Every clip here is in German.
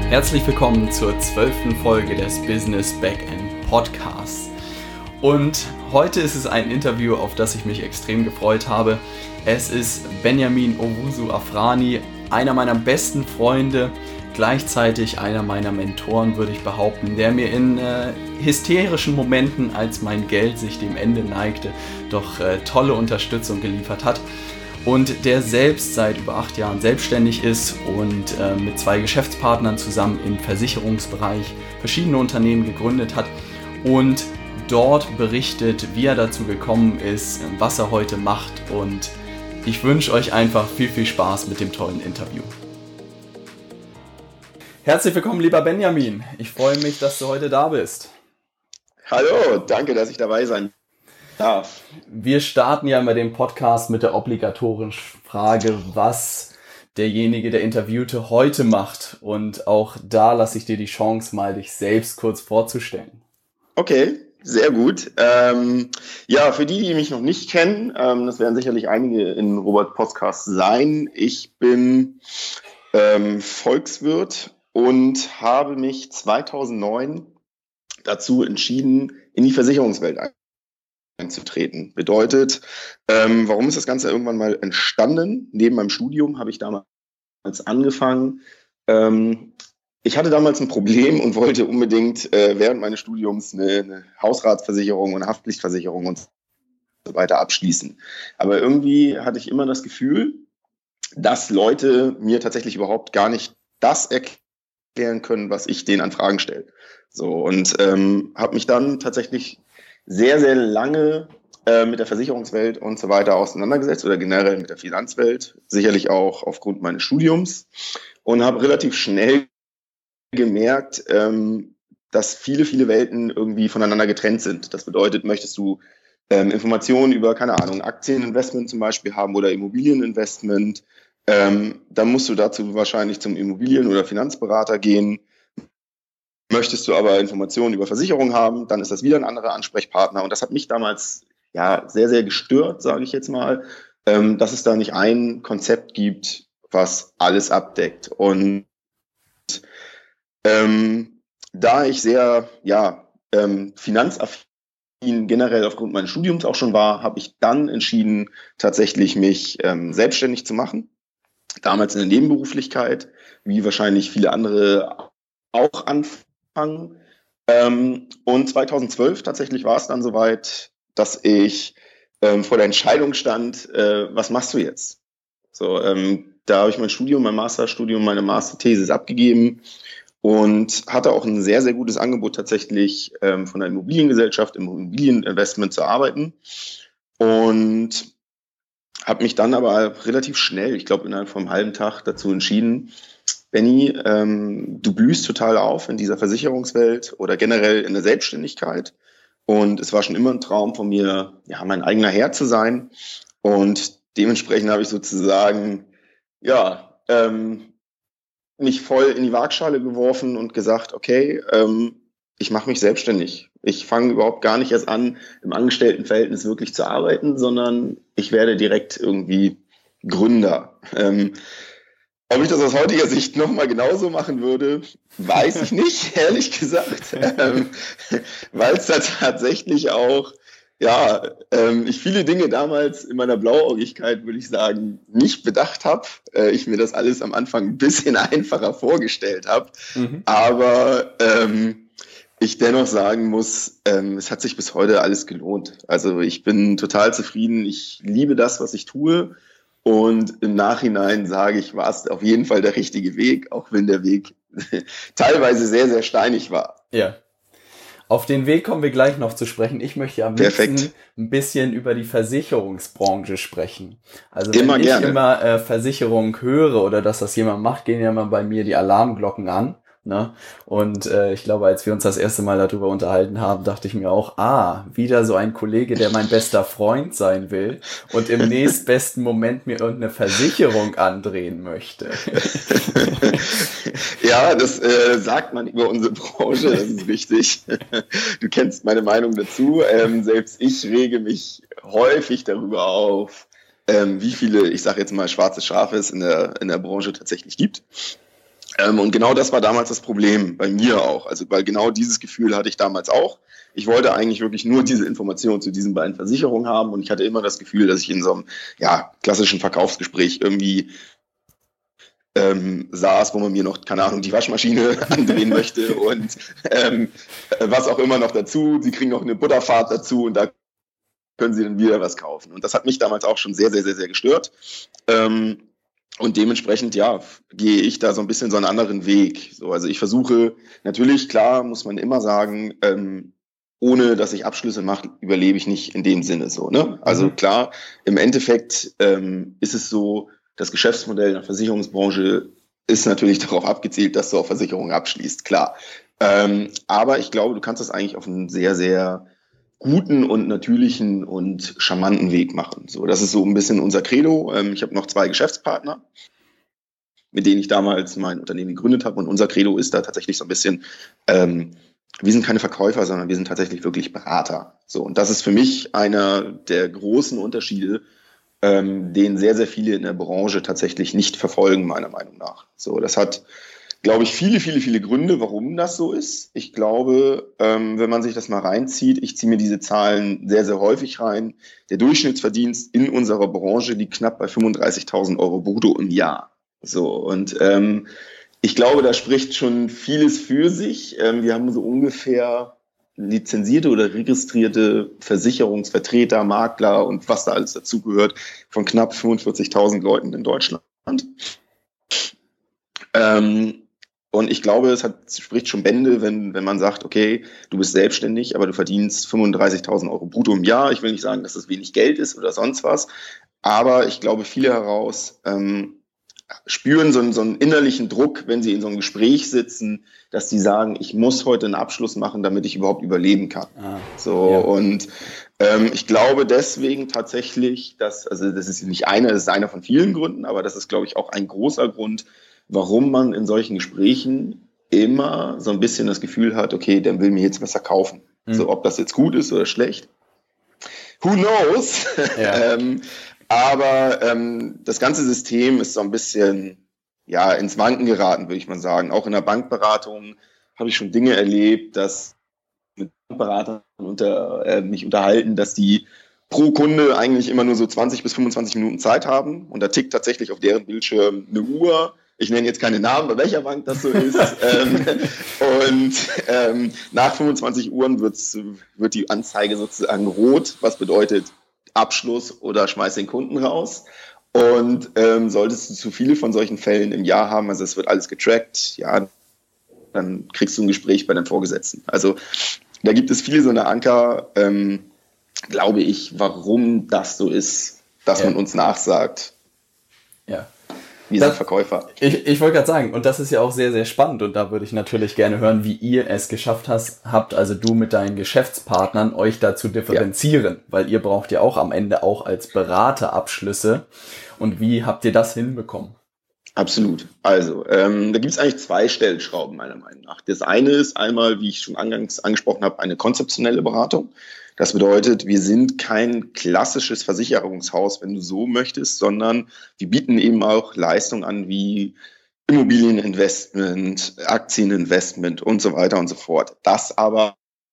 Herzlich willkommen zur 12. Folge des Business Backend Podcasts. Und heute ist es ein Interview, auf das ich mich extrem gefreut habe. Es ist Benjamin Owusu-Afrani, einer meiner besten Freunde, gleichzeitig einer meiner Mentoren, würde ich behaupten, der mir in hysterischen Momenten, als mein Geld sich dem Ende neigte, doch tolle Unterstützung geliefert hat. Und der selbst seit über 8 Jahren selbstständig ist und mit 2 Geschäftspartnern zusammen im Versicherungsbereich verschiedene Unternehmen gegründet hat und dort berichtet, wie er dazu gekommen ist, was er heute macht, und ich wünsche euch einfach viel Spaß mit dem tollen Interview. Herzlich willkommen, lieber Benjamin. Ich freue mich, dass du heute da bist. Hallo, danke, dass ich dabei sein darf. Wir starten ja immer den Podcast mit der obligatorischen Frage, was derjenige, der Interviewte, heute macht. Und auch da lasse ich dir die Chance, mal dich selbst kurz vorzustellen. Okay, sehr gut. Für die mich noch nicht kennen, das werden sicherlich einige in Robert Podcast sein. Ich bin Volkswirt und habe mich 2009 dazu entschieden, in die Versicherungswelt einzutreten. Bedeutet, warum ist das Ganze irgendwann mal entstanden? Neben meinem Studium habe ich damals angefangen. Ich hatte damals ein Problem und wollte unbedingt während meines Studiums eine Hausratsversicherung und eine Haftpflichtversicherung und so weiter abschließen. Aber irgendwie hatte ich immer das Gefühl, dass Leute mir tatsächlich überhaupt gar nicht das erklären können, was ich denen an Fragen stelle. So, und habe mich dann tatsächlich sehr, sehr lange mit der Versicherungswelt und so weiter auseinandergesetzt oder generell mit der Finanzwelt, sicherlich auch aufgrund meines Studiums, und habe relativ schnell gemerkt, dass viele Welten irgendwie voneinander getrennt sind. Das bedeutet, möchtest du Informationen über, keine Ahnung, Aktieninvestment zum Beispiel haben oder Immobilieninvestment, dann musst du dazu wahrscheinlich zum Immobilien- oder Finanzberater gehen. Möchtest du aber Informationen über Versicherungen haben, dann ist das wieder ein anderer Ansprechpartner. Und das hat mich damals sehr, sehr gestört, sage ich jetzt mal, dass es da nicht ein Konzept gibt, was alles abdeckt. Und da ich sehr finanzaffin generell aufgrund meines Studiums auch schon war, habe ich dann entschieden, tatsächlich mich selbstständig zu machen. Damals in der Nebenberuflichkeit, wie wahrscheinlich viele andere auch anfangen. Und 2012 tatsächlich war es dann soweit, dass ich vor der Entscheidung stand, was machst du jetzt? So, da habe ich mein Masterstudium, meine Masterthesis abgegeben und hatte auch ein sehr, sehr gutes Angebot tatsächlich von der Immobiliengesellschaft im Immobilieninvestment zu arbeiten, und habe mich dann aber relativ schnell, ich glaube innerhalb von einem halben Tag, dazu entschieden: Benni, du blühst total auf in dieser Versicherungswelt oder generell in der Selbstständigkeit. Und es war schon immer ein Traum von mir, mein eigener Herr zu sein. Und dementsprechend habe ich sozusagen, mich voll in die Waagschale geworfen und gesagt, okay, ich mache mich selbstständig. Ich fange überhaupt gar nicht erst an, im Angestelltenverhältnis wirklich zu arbeiten, sondern ich werde direkt irgendwie Gründer. Ob ich das aus heutiger Sicht nochmal genauso machen würde, weiß ich nicht, ehrlich gesagt. Weil es da tatsächlich auch, ich viele Dinge damals in meiner Blauäugigkeit, würde ich sagen, nicht bedacht habe. Ich mir das alles am Anfang ein bisschen einfacher vorgestellt habe. Aber ich dennoch sagen muss, es hat sich bis heute alles gelohnt. Also ich bin total zufrieden. Ich liebe das, was ich tue. Und im Nachhinein sage ich, war es auf jeden Fall der richtige Weg, auch wenn der Weg teilweise sehr, sehr steinig war. Ja. Auf den Weg kommen wir gleich noch zu sprechen. Ich möchte am liebsten ein bisschen über die Versicherungsbranche sprechen. Also wenn ich immer Versicherung höre oder dass das jemand macht, gehen ja immer bei mir die Alarmglocken an. Ne? Und ich glaube, als wir uns das erste Mal darüber unterhalten haben, dachte ich mir auch, wieder so ein Kollege, der mein bester Freund sein will und im nächstbesten Moment mir irgendeine Versicherung andrehen möchte. Ja, das sagt man über unsere Branche, das ist richtig. Du kennst meine Meinung dazu. Selbst ich rege mich häufig darüber auf, wie viele, ich sage jetzt mal, schwarze Schafe es in der Branche tatsächlich gibt. Und genau das war damals das Problem, bei mir auch. Also, weil genau dieses Gefühl hatte ich damals auch. Ich wollte eigentlich wirklich nur diese Information zu diesen beiden Versicherungen haben und ich hatte immer das Gefühl, dass ich in so einem klassischen Verkaufsgespräch irgendwie saß, wo man mir noch, keine Ahnung, die Waschmaschine andrehen möchte und was auch immer noch dazu. Sie kriegen noch eine Butterfahrt dazu und da können Sie dann wieder was kaufen. Und das hat mich damals auch schon sehr, sehr, sehr, sehr gestört. Und dementsprechend, gehe ich da so ein bisschen so einen anderen Weg. So, also ich versuche, natürlich, klar, muss man immer sagen, ohne dass ich Abschlüsse mache, überlebe ich nicht in dem Sinne so, ne? Also klar, im Endeffekt ist es so, das Geschäftsmodell in der Versicherungsbranche ist natürlich darauf abgezielt, dass du auch Versicherungen abschließt, klar. Aber ich glaube, du kannst das eigentlich auf einen sehr, sehr guten und natürlichen und charmanten Weg machen. So, das ist so ein bisschen unser Credo. Ich habe noch 2 Geschäftspartner, mit denen ich damals mein Unternehmen gegründet habe. Und unser Credo ist da tatsächlich so ein bisschen, wir sind keine Verkäufer, sondern wir sind tatsächlich wirklich Berater. So, und das ist für mich einer der großen Unterschiede, den sehr, sehr viele in der Branche tatsächlich nicht verfolgen, meiner Meinung nach. So, das hat, glaube ich, viele, viele, viele Gründe, warum das so ist. Ich glaube, wenn man sich das mal reinzieht, ich ziehe mir diese Zahlen sehr, sehr häufig rein. Der Durchschnittsverdienst in unserer Branche liegt knapp bei 35.000 Euro brutto im Jahr. So, und ich glaube, da spricht schon vieles für sich. Wir haben so ungefähr lizenzierte oder registrierte Versicherungsvertreter, Makler und was da alles dazugehört von knapp 45.000 Leuten in Deutschland. Und ich glaube, spricht schon Bände, wenn man sagt, okay, du bist selbstständig, aber du verdienst 35.000 Euro brutto im Jahr. Ich will nicht sagen, dass das wenig Geld ist oder sonst was, aber ich glaube, viele heraus spüren so einen innerlichen Druck, wenn sie in so einem Gespräch sitzen, dass sie sagen, ich muss heute einen Abschluss machen, damit ich überhaupt überleben kann. Und ich glaube deswegen tatsächlich, das ist nicht das ist einer von vielen Gründen, aber das ist, glaube ich, auch ein großer Grund, warum man in solchen Gesprächen immer so ein bisschen das Gefühl hat, okay, der will mir jetzt was verkaufen. So, ob das jetzt gut ist oder schlecht, who knows? Ja. Aber das ganze System ist so ein bisschen ins Wanken geraten, würde ich mal sagen. Auch in der Bankberatung habe ich schon Dinge erlebt, dass mit Bankberatern mich unterhalten, dass die pro Kunde eigentlich immer nur so 20 bis 25 Minuten Zeit haben. Und da tickt tatsächlich auf deren Bildschirm eine Uhr. Ich nenne jetzt keine Namen, bei welcher Bank das so ist. Nach 25 Uhren wird die Anzeige sozusagen rot, was bedeutet Abschluss oder schmeiß den Kunden raus. Und solltest du zu viele von solchen Fällen im Jahr haben, also es wird alles getrackt, dann kriegst du ein Gespräch bei deinem Vorgesetzten. Also da gibt es viele so eine Anker, glaube ich, warum das so ist, dass man uns nachsagt. Ja. Wir sind Verkäufer. Ich wollte gerade sagen, und das ist ja auch sehr, sehr spannend und da würde ich natürlich gerne hören, wie ihr es geschafft habt, also du mit deinen Geschäftspartnern, euch da zu differenzieren, weil ihr braucht ja auch am Ende auch als Berater Abschlüsse. Und wie habt ihr das hinbekommen? Absolut. Also, da gibt es eigentlich 2 Stellschrauben meiner Meinung nach. Das eine ist einmal, wie ich schon angangs angesprochen habe, eine konzeptionelle Beratung. Das bedeutet, wir sind kein klassisches Versicherungshaus, wenn du so möchtest, sondern wir bieten eben auch Leistungen an wie Immobilieninvestment, Aktieninvestment und so weiter und so fort. Das aber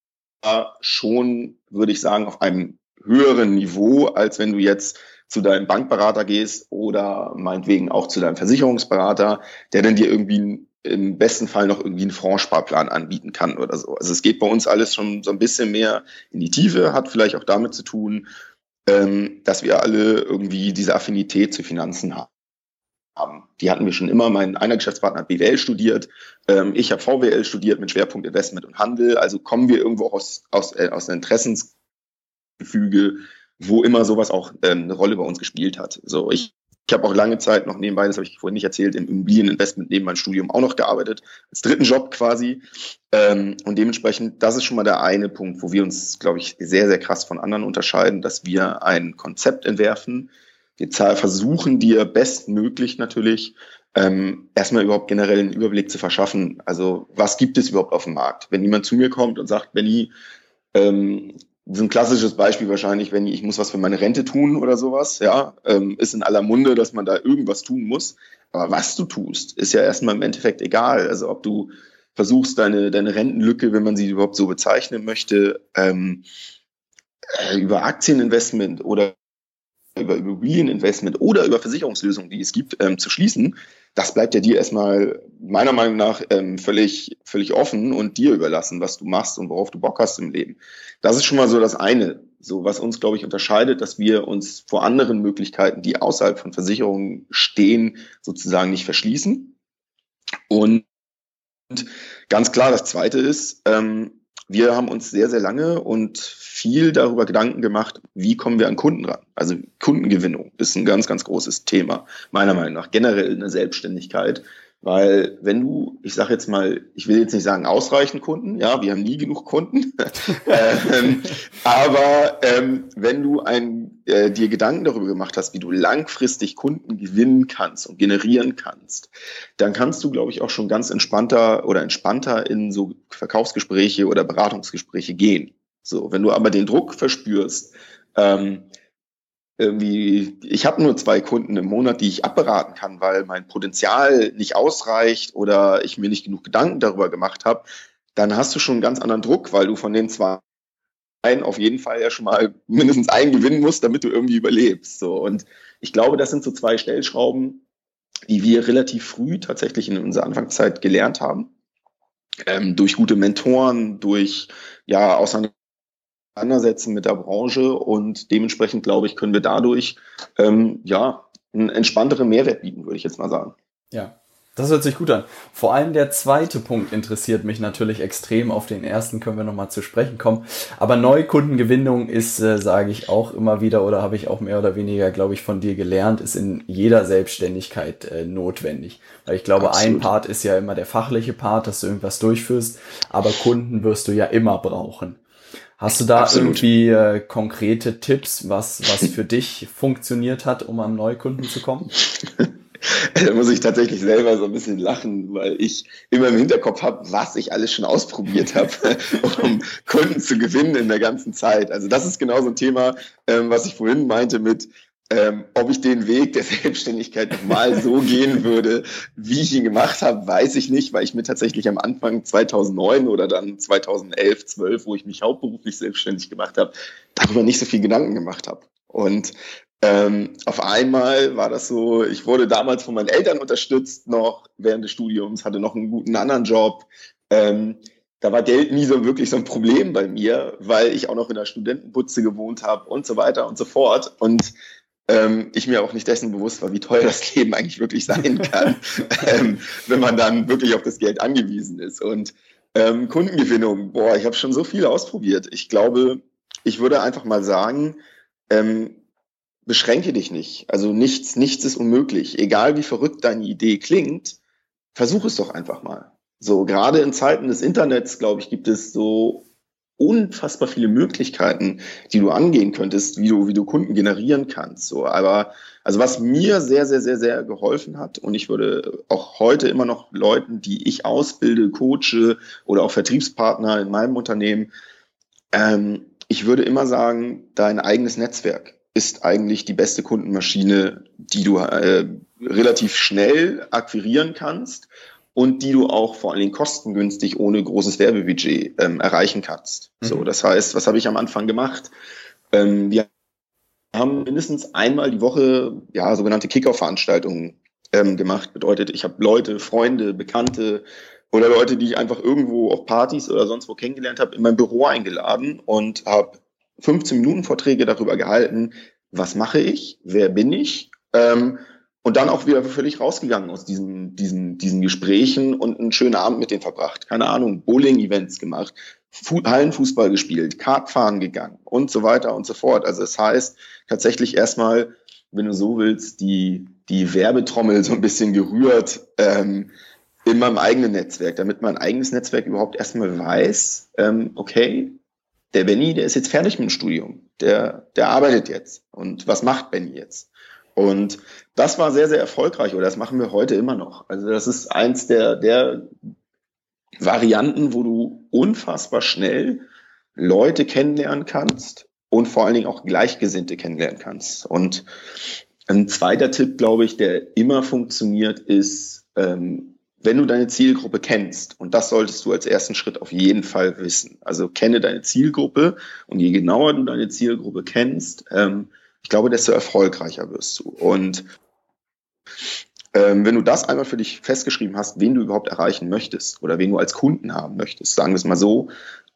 schon, würde ich sagen, auf einem höheren Niveau, als wenn du jetzt zu deinem Bankberater gehst oder meinetwegen auch zu deinem Versicherungsberater, der dann dir irgendwie im besten Fall noch irgendwie einen Fondssparplan anbieten kann oder so. Also es geht bei uns alles schon so ein bisschen mehr in die Tiefe, hat vielleicht auch damit zu tun, dass wir alle irgendwie diese Affinität zu Finanzen haben. Die hatten wir schon immer. Mein einer Geschäftspartner hat BWL studiert, ich habe VWL studiert mit Schwerpunkt Investment und Handel. Also kommen wir irgendwo aus einem Interessensgefüge, wo immer sowas auch eine Rolle bei uns gespielt hat. So, ich habe auch lange Zeit noch nebenbei, das habe ich vorhin nicht erzählt, im Immobilieninvestment neben meinem Studium auch noch gearbeitet, als dritten Job quasi. Und dementsprechend, das ist schon mal der eine Punkt, wo wir uns, glaube ich, sehr, sehr krass von anderen unterscheiden, dass wir ein Konzept entwerfen. Wir versuchen dir bestmöglich natürlich erstmal überhaupt generell einen Überblick zu verschaffen. Also was gibt es überhaupt auf dem Markt? Wenn jemand zu mir kommt und sagt, Benni, so ein klassisches Beispiel wahrscheinlich, wenn ich muss was für meine Rente tun oder sowas, ja, ist in aller Munde, dass man da irgendwas tun muss. Aber was du tust, ist ja erstmal im Endeffekt egal. Also ob du versuchst, deine Rentenlücke, wenn man sie überhaupt so bezeichnen möchte, über Aktieninvestment oder über Immobilieninvestment oder über Versicherungslösungen, die es gibt, zu schließen, das bleibt ja dir erstmal meiner Meinung nach völlig offen und dir überlassen, was du machst und worauf du Bock hast im Leben. Das ist schon mal so das eine, so was uns, glaube ich, unterscheidet, dass wir uns vor anderen Möglichkeiten, die außerhalb von Versicherungen stehen, sozusagen nicht verschließen. Und ganz klar, das Zweite ist, wir haben uns sehr, sehr lange und viel darüber Gedanken gemacht, wie kommen wir an Kunden ran. Also Kundengewinnung ist ein ganz, ganz großes Thema, meiner Meinung nach, generell in der Selbstständigkeit. Weil wenn du, ich sage jetzt mal, ich will jetzt nicht sagen ausreichend Kunden, ja, wir haben nie genug Kunden, aber wenn du dir Gedanken darüber gemacht hast, wie du langfristig Kunden gewinnen kannst und generieren kannst, dann kannst du, glaube ich, auch schon ganz entspannter in so Verkaufsgespräche oder Beratungsgespräche gehen. So, wenn du aber den Druck verspürst, ich habe nur 2 Kunden im Monat, die ich abberaten kann, weil mein Potenzial nicht ausreicht oder ich mir nicht genug Gedanken darüber gemacht habe, dann hast du schon einen ganz anderen Druck, weil du von den 2 auf jeden Fall ja schon mal mindestens einen gewinnen musst, damit du irgendwie überlebst. So. Und ich glaube, das sind so 2 Stellschrauben, die wir relativ früh tatsächlich in unserer Anfangszeit gelernt haben. Durch gute Mentoren, durch Auseinandersetzen mit der Branche und dementsprechend, glaube ich, können wir dadurch einen entspannteren Mehrwert bieten, würde ich jetzt mal sagen. Ja, das hört sich gut an. Vor allem der zweite Punkt interessiert mich natürlich extrem. Auf den ersten können wir nochmal zu sprechen kommen. Aber Neukundengewinnung ist, sage ich auch immer wieder oder habe ich auch mehr oder weniger, glaube ich, von dir gelernt, ist in jeder Selbstständigkeit notwendig. Weil ich glaube, Absolut. Ein Part ist ja immer der fachliche Part, dass du irgendwas durchführst, aber Kunden wirst du ja immer brauchen. Hast du da Absolut. irgendwie konkrete Tipps, was für dich funktioniert hat, um an Neukunden zu kommen? Da muss ich tatsächlich selber so ein bisschen lachen, weil ich immer im Hinterkopf habe, was ich alles schon ausprobiert habe, um Kunden zu gewinnen in der ganzen Zeit. Also das ist genau so ein Thema, was ich vorhin meinte mit, ob ich den Weg der Selbstständigkeit nochmal so gehen würde, wie ich ihn gemacht habe, weiß ich nicht, weil ich mir tatsächlich am Anfang 2009 oder dann 2011, 12, wo ich mich hauptberuflich selbstständig gemacht habe, darüber nicht so viel Gedanken gemacht habe. Und auf einmal war das so, ich wurde damals von meinen Eltern unterstützt noch während des Studiums, hatte noch einen guten anderen Job. Da war Geld nie so wirklich so ein Problem bei mir, weil ich auch noch in der Studentenbutze gewohnt habe und so weiter und so fort. Und ich mir auch nicht dessen bewusst war, wie teuer das Leben eigentlich wirklich sein kann, wenn man dann wirklich auf das Geld angewiesen ist. Und Kundengewinnung, ich habe schon so viel ausprobiert. Ich glaube, ich würde einfach mal sagen, beschränke dich nicht. Also nichts ist unmöglich. Egal wie verrückt deine Idee klingt, versuch es doch einfach mal. So, gerade in Zeiten des Internets, glaube ich, gibt es so unfassbar viele Möglichkeiten, die du angehen könntest, wie du Kunden generieren kannst. So, aber also was mir sehr, sehr, sehr, sehr geholfen hat, und ich würde auch heute immer noch Leuten, die ich ausbilde, coache oder auch Vertriebspartner in meinem Unternehmen, ich würde immer sagen, dein eigenes Netzwerk ist eigentlich die beste Kundenmaschine, die du relativ schnell akquirieren kannst und die du auch vor allen Dingen kostengünstig ohne großes Werbebudget erreichen kannst. So, das heißt, was habe ich am Anfang gemacht? Wir haben mindestens einmal die Woche sogenannte Kick-Off-Veranstaltungen gemacht. Bedeutet, ich habe Leute, Freunde, Bekannte oder Leute, die ich einfach irgendwo auf Partys oder sonst wo kennengelernt habe, in mein Büro eingeladen und habe 15-Minuten-Vorträge darüber gehalten, was mache ich, wer bin ich, und dann auch wieder völlig rausgegangen aus diesen Gesprächen und einen schönen Abend mit denen verbracht. Keine Ahnung, Bowling-Events gemacht, Hallenfußball gespielt, Kartfahren gegangen und so weiter und so fort. Also das heißt tatsächlich erstmal, wenn du so willst, die Werbetrommel so ein bisschen gerührt in meinem eigenen Netzwerk, damit mein eigenes Netzwerk überhaupt erstmal weiß, okay, der Benny, der ist jetzt fertig mit dem Studium, der arbeitet jetzt. Und was macht Benny jetzt? Und das war sehr, sehr erfolgreich, oder das machen wir heute immer noch. Also das ist eins der Varianten, wo du unfassbar schnell Leute kennenlernen kannst und vor allen Dingen auch Gleichgesinnte kennenlernen kannst. Und ein zweiter Tipp, glaube ich, der immer funktioniert, ist, wenn du deine Zielgruppe kennst, und das solltest du als ersten Schritt auf jeden Fall wissen. Also kenne deine Zielgruppe, und je genauer du deine Zielgruppe kennst, ich glaube, desto erfolgreicher wirst du. Und wenn du das einmal für dich festgeschrieben hast, wen du überhaupt erreichen möchtest oder wen du als Kunden haben möchtest, sagen wir es mal so,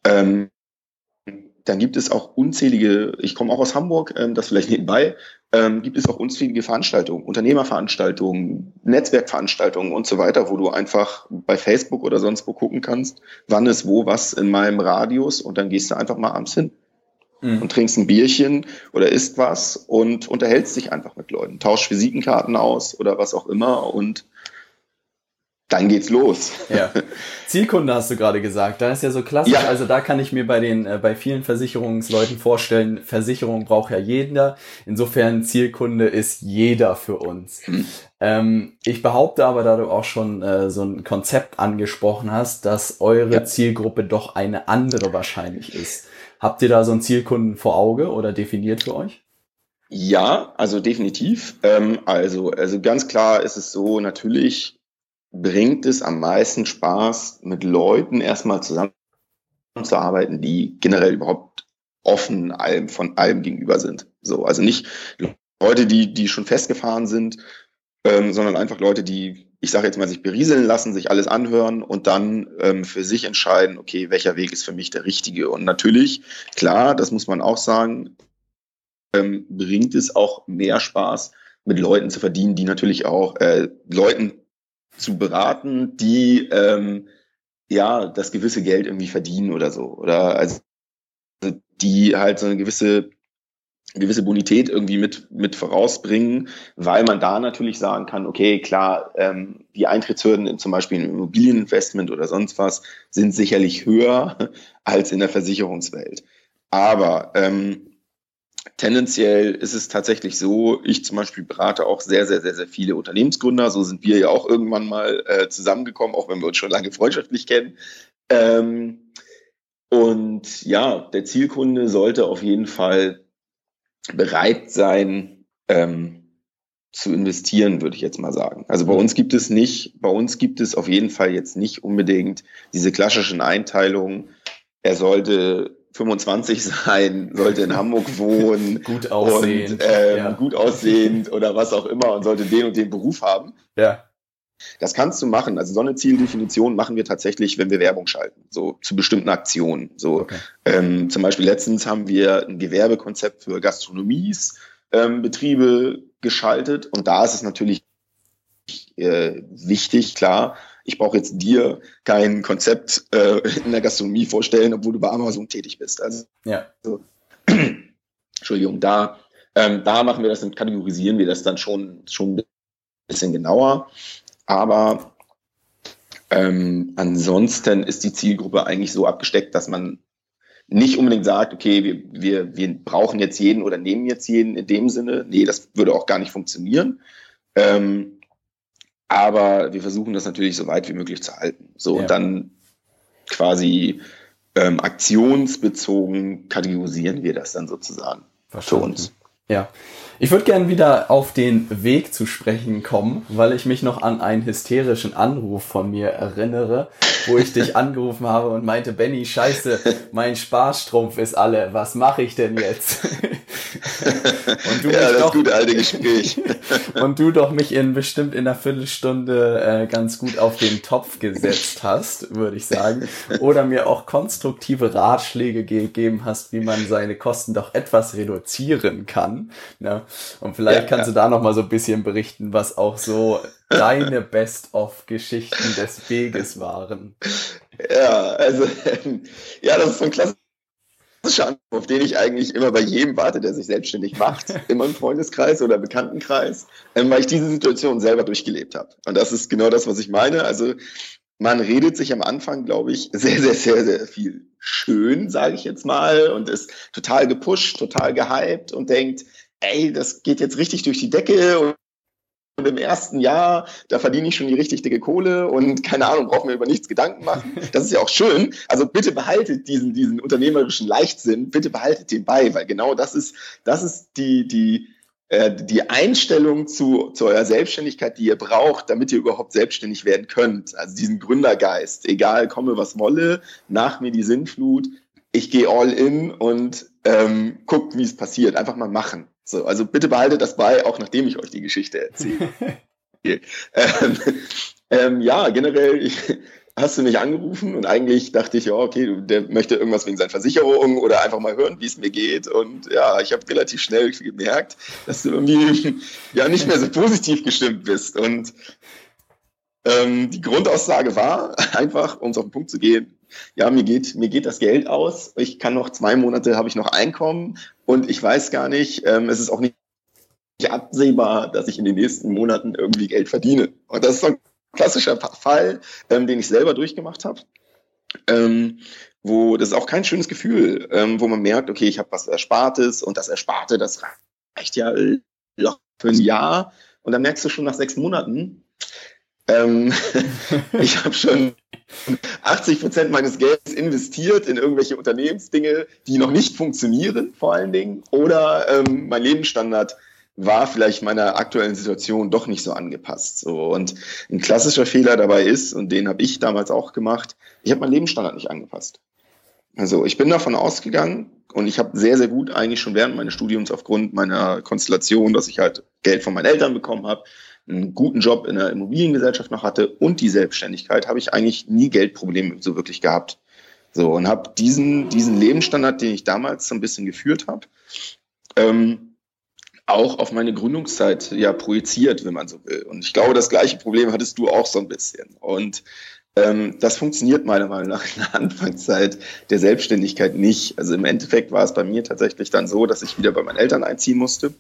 dann gibt es auch unzählige, ich komme auch aus Hamburg, das vielleicht nebenbei, gibt es auch unzählige Veranstaltungen, Unternehmerveranstaltungen, Netzwerkveranstaltungen und so weiter, wo du einfach bei Facebook oder sonst wo gucken kannst, wann ist wo was in meinem Radius, und dann gehst du einfach mal abends hin und trinkst ein Bierchen oder isst was und unterhältst dich einfach mit Leuten, tauschst Visitenkarten aus oder was auch immer, und dann geht's los. Ja. Zielkunde hast du gerade gesagt. Da ist ja so klassisch. Ja. Also da kann ich mir bei vielen Versicherungsleuten vorstellen, Versicherung braucht ja jeder. Insofern Zielkunde ist jeder für uns. Ich behaupte aber, da du auch schon so ein Konzept angesprochen hast, dass eure Zielgruppe doch eine andere wahrscheinlich ist. Habt ihr da so einen Zielkunden vor Auge oder definiert für euch? Ja, also definitiv. Also ganz klar ist es so, natürlich bringt es am meisten Spaß, mit Leuten erstmal zusammenzuarbeiten, die generell überhaupt offen von allem gegenüber sind. So, also nicht Leute, die schon festgefahren sind, sondern einfach Leute, die, ich sage jetzt mal, sich berieseln lassen, sich alles anhören und dann für sich entscheiden, okay, welcher Weg ist für mich der richtige. Und natürlich, klar, das muss man auch sagen, bringt es auch mehr Spaß, mit Leuten zu verdienen, die natürlich auch Leuten zu beraten, die das gewisse Geld irgendwie verdienen oder so. Oder also die halt so eine gewisse Bonität irgendwie mit vorausbringen, weil man da natürlich sagen kann, okay, klar, die Eintrittshürden in zum Beispiel im Immobilieninvestment oder sonst was sind sicherlich höher als in der Versicherungswelt. Aber tendenziell ist es tatsächlich so, ich zum Beispiel berate auch sehr, sehr, sehr, sehr viele Unternehmensgründer. So sind wir ja auch irgendwann mal zusammengekommen, auch wenn wir uns schon lange freundschaftlich kennen. Und ja, der Zielkunde sollte auf jeden Fall bereit sein, zu investieren, würde ich jetzt mal sagen. Also bei uns gibt es auf jeden Fall jetzt nicht unbedingt diese klassischen Einteilungen. Er sollte 25 sein, sollte in Hamburg wohnen, gut aussehend, und gut aussehend oder was auch immer, und sollte den und den Beruf haben. Ja. Das kannst du machen. Also so eine Zieldefinition machen wir tatsächlich, wenn wir Werbung schalten, so zu bestimmten Aktionen. So zum Beispiel letztens haben wir ein Gewerbekonzept für Gastronomiebetriebe geschaltet, und da ist es natürlich wichtig, klar. Ich brauche jetzt dir kein Konzept in der Gastronomie vorstellen, obwohl du bei Amazon tätig bist. Also, Entschuldigung, da machen wir das, dann kategorisieren wir das dann schon ein bisschen genauer. Aber ansonsten ist die Zielgruppe eigentlich so abgesteckt, dass man nicht unbedingt sagt, okay, wir brauchen jetzt jeden oder nehmen jetzt jeden in dem Sinne. Nee, das würde auch gar nicht funktionieren. Aber wir versuchen das natürlich so weit wie möglich zu halten. So, und dann quasi aktionsbezogen kategorisieren wir das dann sozusagen für uns. Ja, ich würde gerne wieder auf den Weg zu sprechen kommen, weil ich mich noch an einen hysterischen Anruf von mir erinnere, wo ich dich angerufen habe und meinte, Benny, scheiße, mein Sparstrumpf ist alle, was mache ich denn jetzt? Und du das gute alte Gespräch. Und du doch mich bestimmt in einer Viertelstunde ganz gut auf den Topf gesetzt hast, würde ich sagen. Oder mir auch konstruktive Ratschläge gegeben hast, wie man seine Kosten doch etwas reduzieren kann. Ja. Und vielleicht kannst du da noch mal so ein bisschen berichten, was auch so deine Best-of-Geschichten des Weges waren. Ja, also das ist so ein klassischer Anruf, auf den ich eigentlich immer bei jedem warte, der sich selbstständig macht, immer im Freundeskreis oder Bekanntenkreis, weil ich diese Situation selber durchgelebt habe. Und das ist genau das, was ich meine. Also man redet sich am Anfang, glaube ich, sehr, sehr, sehr, sehr viel schön, sage ich jetzt mal, und ist total gepusht, total gehypt und denkt, ey, das geht jetzt richtig durch die Decke im ersten Jahr, da verdiene ich schon die richtig dicke Kohle und keine Ahnung, brauchen wir über nichts Gedanken machen. Das ist ja auch schön. Also bitte behaltet diesen unternehmerischen Leichtsinn, bitte behaltet den bei, weil genau das ist die Einstellung zu eurer Selbstständigkeit, die ihr braucht, damit ihr überhaupt selbstständig werden könnt. Also diesen Gründergeist, egal, komme was wolle, nach mir die Sinnflut, ich gehe all in und guckt, wie es passiert. Einfach mal machen. So, also bitte behaltet das bei, auch nachdem ich euch die Geschichte erzähle. Ja, generell hast du mich angerufen und eigentlich dachte ich, ja, okay, der möchte irgendwas wegen seiner Versicherung oder einfach mal hören, wie es mir geht. Und ja, ich habe relativ schnell gemerkt, dass du irgendwie ja nicht mehr so positiv gestimmt bist. Und die Grundaussage war einfach, um es auf den Punkt zu gehen, ja, mir geht das Geld aus. Ich kann noch 2 Monate, habe ich noch Einkommen und ich weiß gar nicht, es ist auch nicht absehbar, dass ich in den nächsten Monaten irgendwie Geld verdiene. Und das ist so ein klassischer Fall, den ich selber durchgemacht habe, wo das ist auch kein schönes Gefühl, wo man merkt, okay, ich habe was Erspartes und das Ersparte, das reicht ja für ein Jahr. Und dann merkst du schon nach 6 Monaten, ich habe schon 80% meines Geldes investiert in irgendwelche Unternehmensdinge, die noch nicht funktionieren, vor allen Dingen. Oder mein Lebensstandard war vielleicht meiner aktuellen Situation doch nicht so angepasst. So. Und ein klassischer Fehler dabei ist, und den habe ich damals auch gemacht, ich habe meinen Lebensstandard nicht angepasst. Also ich bin davon ausgegangen und ich habe sehr, sehr gut eigentlich schon während meines Studiums aufgrund meiner Konstellation, dass ich halt Geld von meinen Eltern bekommen habe, einen guten Job in der Immobiliengesellschaft noch hatte und die Selbstständigkeit, habe ich eigentlich nie Geldprobleme so wirklich gehabt. So, und habe diesen Lebensstandard, den ich damals so ein bisschen geführt habe, auch auf meine Gründungszeit ja projiziert, wenn man so will. Und ich glaube, das gleiche Problem hattest du auch so ein bisschen. Und das funktioniert meiner Meinung nach in der Anfangszeit der Selbstständigkeit nicht. Also im Endeffekt war es bei mir tatsächlich dann so, dass ich wieder bei meinen Eltern einziehen musste.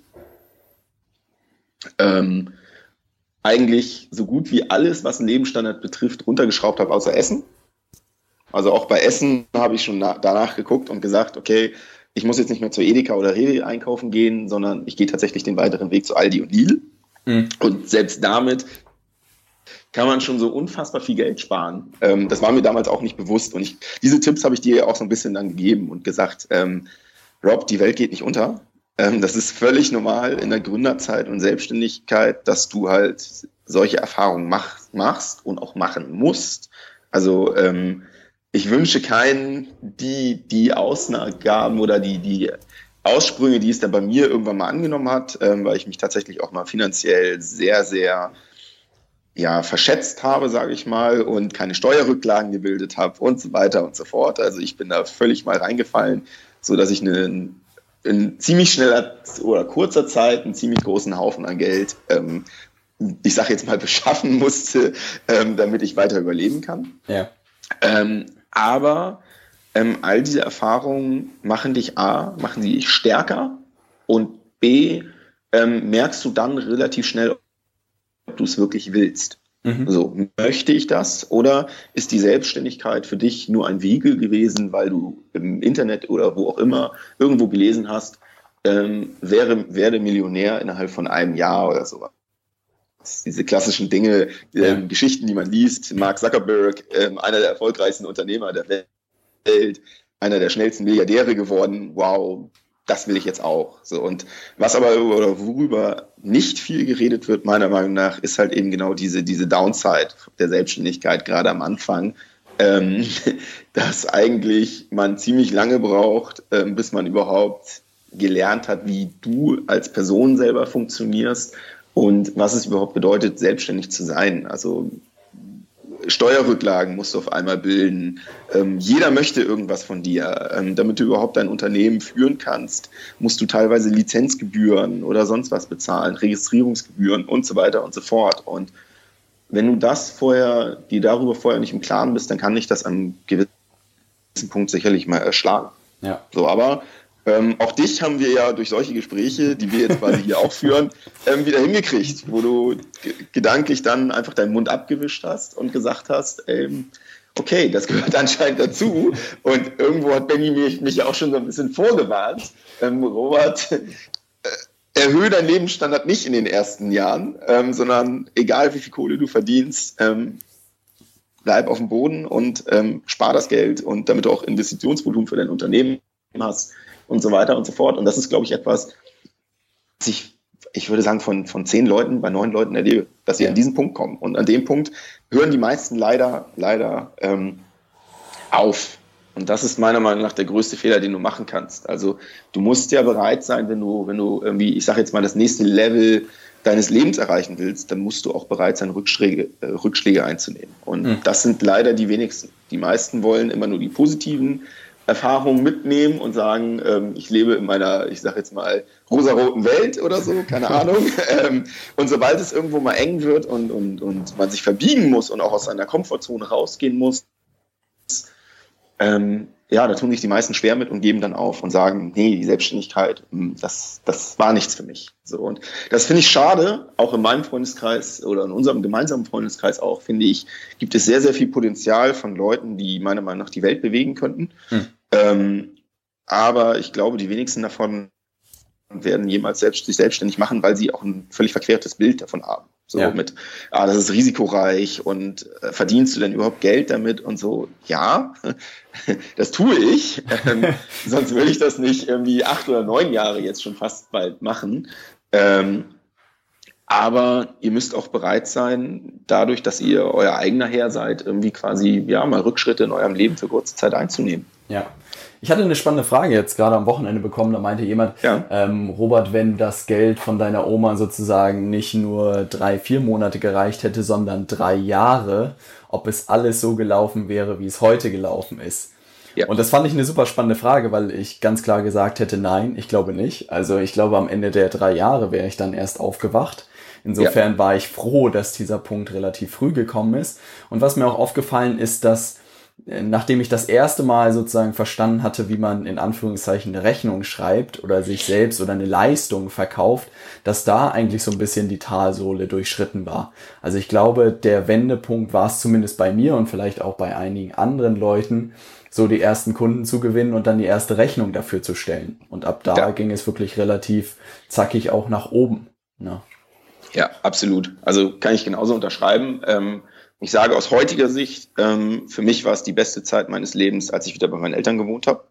Eigentlich so gut wie alles, was einen Lebensstandard betrifft, runtergeschraubt habe, außer Essen. Also auch bei Essen habe ich schon danach geguckt und gesagt, okay, ich muss jetzt nicht mehr zur Edeka oder Rewe einkaufen gehen, sondern ich gehe tatsächlich den weiteren Weg zu Aldi und Lidl. Und selbst damit kann man schon so unfassbar viel Geld sparen. Das war mir damals auch nicht bewusst. Und diese Tipps habe ich dir ja auch so ein bisschen dann gegeben und gesagt, Rob, die Welt geht nicht unter. Das ist völlig normal in der Gründerzeit und Selbstständigkeit, dass du halt solche Erfahrungen machst und auch machen musst. Also ich wünsche keinen die Ausgaben oder die Aussprünge, die es dann bei mir irgendwann mal angenommen hat, weil ich mich tatsächlich auch mal finanziell sehr, sehr verschätzt habe, sage ich mal, und keine Steuerrücklagen gebildet habe und so weiter und so fort. Also ich bin da völlig mal reingefallen, so dass ich in ziemlich schneller oder kurzer Zeit einen ziemlich großen Haufen an Geld, ich sage jetzt mal, beschaffen musste, damit ich weiter überleben kann. Ja. Aber all diese Erfahrungen machen dich machen sie dich stärker und B, merkst du dann relativ schnell, ob du es wirklich willst. So, möchte ich das oder ist die Selbstständigkeit für dich nur ein Vehikel gewesen, weil du im Internet oder wo auch immer irgendwo gelesen hast, werde Millionär innerhalb von einem Jahr oder sowas. Diese klassischen Dinge, Geschichten, die man liest. Mark Zuckerberg, einer der erfolgreichsten Unternehmer der Welt, einer der schnellsten Milliardäre geworden. Wow, das will ich jetzt auch. So, und was aber oder worüber nicht viel geredet wird, meiner Meinung nach, ist halt eben genau diese Downside der Selbstständigkeit, gerade am Anfang, dass eigentlich man ziemlich lange braucht, bis man überhaupt gelernt hat, wie du als Person selber funktionierst und was es überhaupt bedeutet, selbstständig zu sein. Also Steuerrücklagen musst du auf einmal bilden. Jeder möchte irgendwas von dir. Damit du überhaupt dein Unternehmen führen kannst, musst du teilweise Lizenzgebühren oder sonst was bezahlen, Registrierungsgebühren und so weiter und so fort. Und wenn du dir darüber vorher nicht im Klaren bist, dann kann dich das an gewissen Punkt sicherlich mal erschlagen. Ja. So, aber auch dich haben wir ja durch solche Gespräche, die wir jetzt quasi hier auch führen, wieder hingekriegt, wo du gedanklich dann einfach deinen Mund abgewischt hast und gesagt hast, okay, das gehört anscheinend dazu. Und irgendwo hat Benny mich ja auch schon so ein bisschen vorgewarnt. Robert, erhöhe deinen Lebensstandard nicht in den ersten Jahren, sondern egal wie viel Kohle du verdienst, bleib auf dem Boden und spar das Geld, und damit du auch Investitionsvolumen für dein Unternehmen hast und so weiter und so fort. Und das ist, glaube ich, etwas, was ich würde sagen, von 10 Leuten bei 9 Leuten erlebe, dass sie an diesen Punkt kommen. Und an dem Punkt hören die meisten leider auf. Und das ist meiner Meinung nach der größte Fehler, den du machen kannst. Also du musst ja bereit sein, wenn du irgendwie, ich sage jetzt mal, das nächste Level deines Lebens erreichen willst, dann musst du auch bereit sein, Rückschläge einzunehmen. Und das sind leider die wenigsten. Die meisten wollen immer nur die positiven Erfahrungen mitnehmen und sagen, ich lebe in meiner, ich sage jetzt mal, rosaroten Welt oder so, keine Ahnung. Und sobald es irgendwo mal eng wird und man sich verbiegen muss und auch aus seiner Komfortzone rausgehen muss, da tun sich die meisten schwer mit und geben dann auf und sagen, nee, die Selbstständigkeit, das war nichts für mich. So, und das finde ich schade, auch in meinem Freundeskreis oder in unserem gemeinsamen Freundeskreis auch, finde ich, gibt es sehr, sehr viel Potenzial von Leuten, die meiner Meinung nach die Welt bewegen könnten. Aber ich glaube, die wenigsten davon werden jemals sich selbstständig machen, weil sie auch ein völlig verquertes Bild davon haben. So mit, das ist risikoreich und verdienst du denn überhaupt Geld damit und so? Ja, das tue ich. Sonst würde ich das nicht irgendwie 8 oder 9 Jahre jetzt schon fast bald machen. Aber ihr müsst auch bereit sein, dadurch, dass ihr euer eigener Herr seid, irgendwie quasi mal Rückschritte in eurem Leben für kurze Zeit einzunehmen. Ja. Ich hatte eine spannende Frage jetzt gerade am Wochenende bekommen, da meinte jemand, Robert, wenn das Geld von deiner Oma sozusagen nicht nur 3-4 Monate gereicht hätte, sondern 3 Jahre, ob es alles so gelaufen wäre, wie es heute gelaufen ist. Ja. Und das fand ich eine super spannende Frage, weil ich ganz klar gesagt hätte, nein, ich glaube nicht. Also ich glaube, am Ende der 3 Jahre wäre ich dann erst aufgewacht. Insofern war ich froh, dass dieser Punkt relativ früh gekommen ist. Und was mir auch aufgefallen ist, dass nachdem ich das erste Mal sozusagen verstanden hatte, wie man in Anführungszeichen eine Rechnung schreibt oder sich selbst oder eine Leistung verkauft, dass da eigentlich so ein bisschen die Talsohle durchschritten war. Also ich glaube, der Wendepunkt war es zumindest bei mir und vielleicht auch bei einigen anderen Leuten, so die ersten Kunden zu gewinnen und dann die erste Rechnung dafür zu stellen. Und ab da ging es wirklich relativ zackig auch nach oben. Ne? Ja, absolut. Also kann ich genauso unterschreiben. Ich sage aus heutiger Sicht, für mich war es die beste Zeit meines Lebens, als ich wieder bei meinen Eltern gewohnt habe.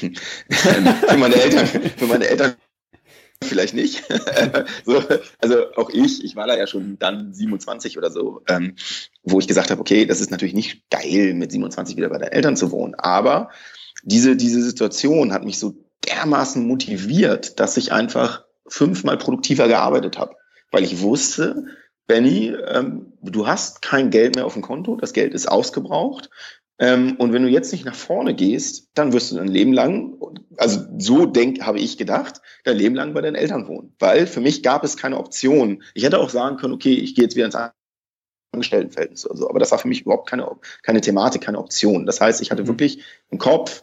Für meine Eltern vielleicht nicht. Also auch ich war da ja schon dann 27 oder so, wo ich gesagt habe, okay, das ist natürlich nicht geil, mit 27 wieder bei deinen Eltern zu wohnen. Aber diese Situation hat mich so dermaßen motiviert, dass ich einfach 5-mal produktiver gearbeitet habe. Weil ich wusste, Benny, du hast kein Geld mehr auf dem Konto, das Geld ist ausgebraucht. Und wenn du jetzt nicht nach vorne gehst, dann wirst du dein Leben lang, also so habe ich gedacht, dein Leben lang bei deinen Eltern wohnen. Weil für mich gab es keine Option. Ich hätte auch sagen können, okay, ich gehe jetzt wieder ins Angestelltenverhältnis oder so. Aber das war für mich überhaupt keine Thematik, keine Option. Das heißt, ich hatte wirklich im Kopf,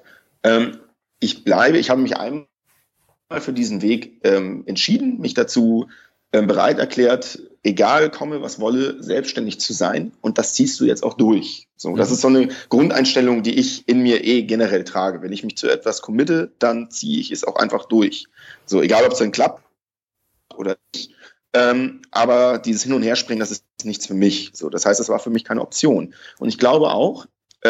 ich habe mich einmal für diesen Weg entschieden, mich dazu bereit erklärt, egal komme, was wolle, selbstständig zu sein, und das ziehst du jetzt auch durch. So, das ist so eine Grundeinstellung, die ich in mir generell trage. Wenn ich mich zu etwas committe, dann ziehe ich es auch einfach durch. So, egal ob es dann klappt oder nicht. Aber dieses Hin- und Herspringen, das ist nichts für mich. So, das heißt, das war für mich keine Option. Und ich glaube auch,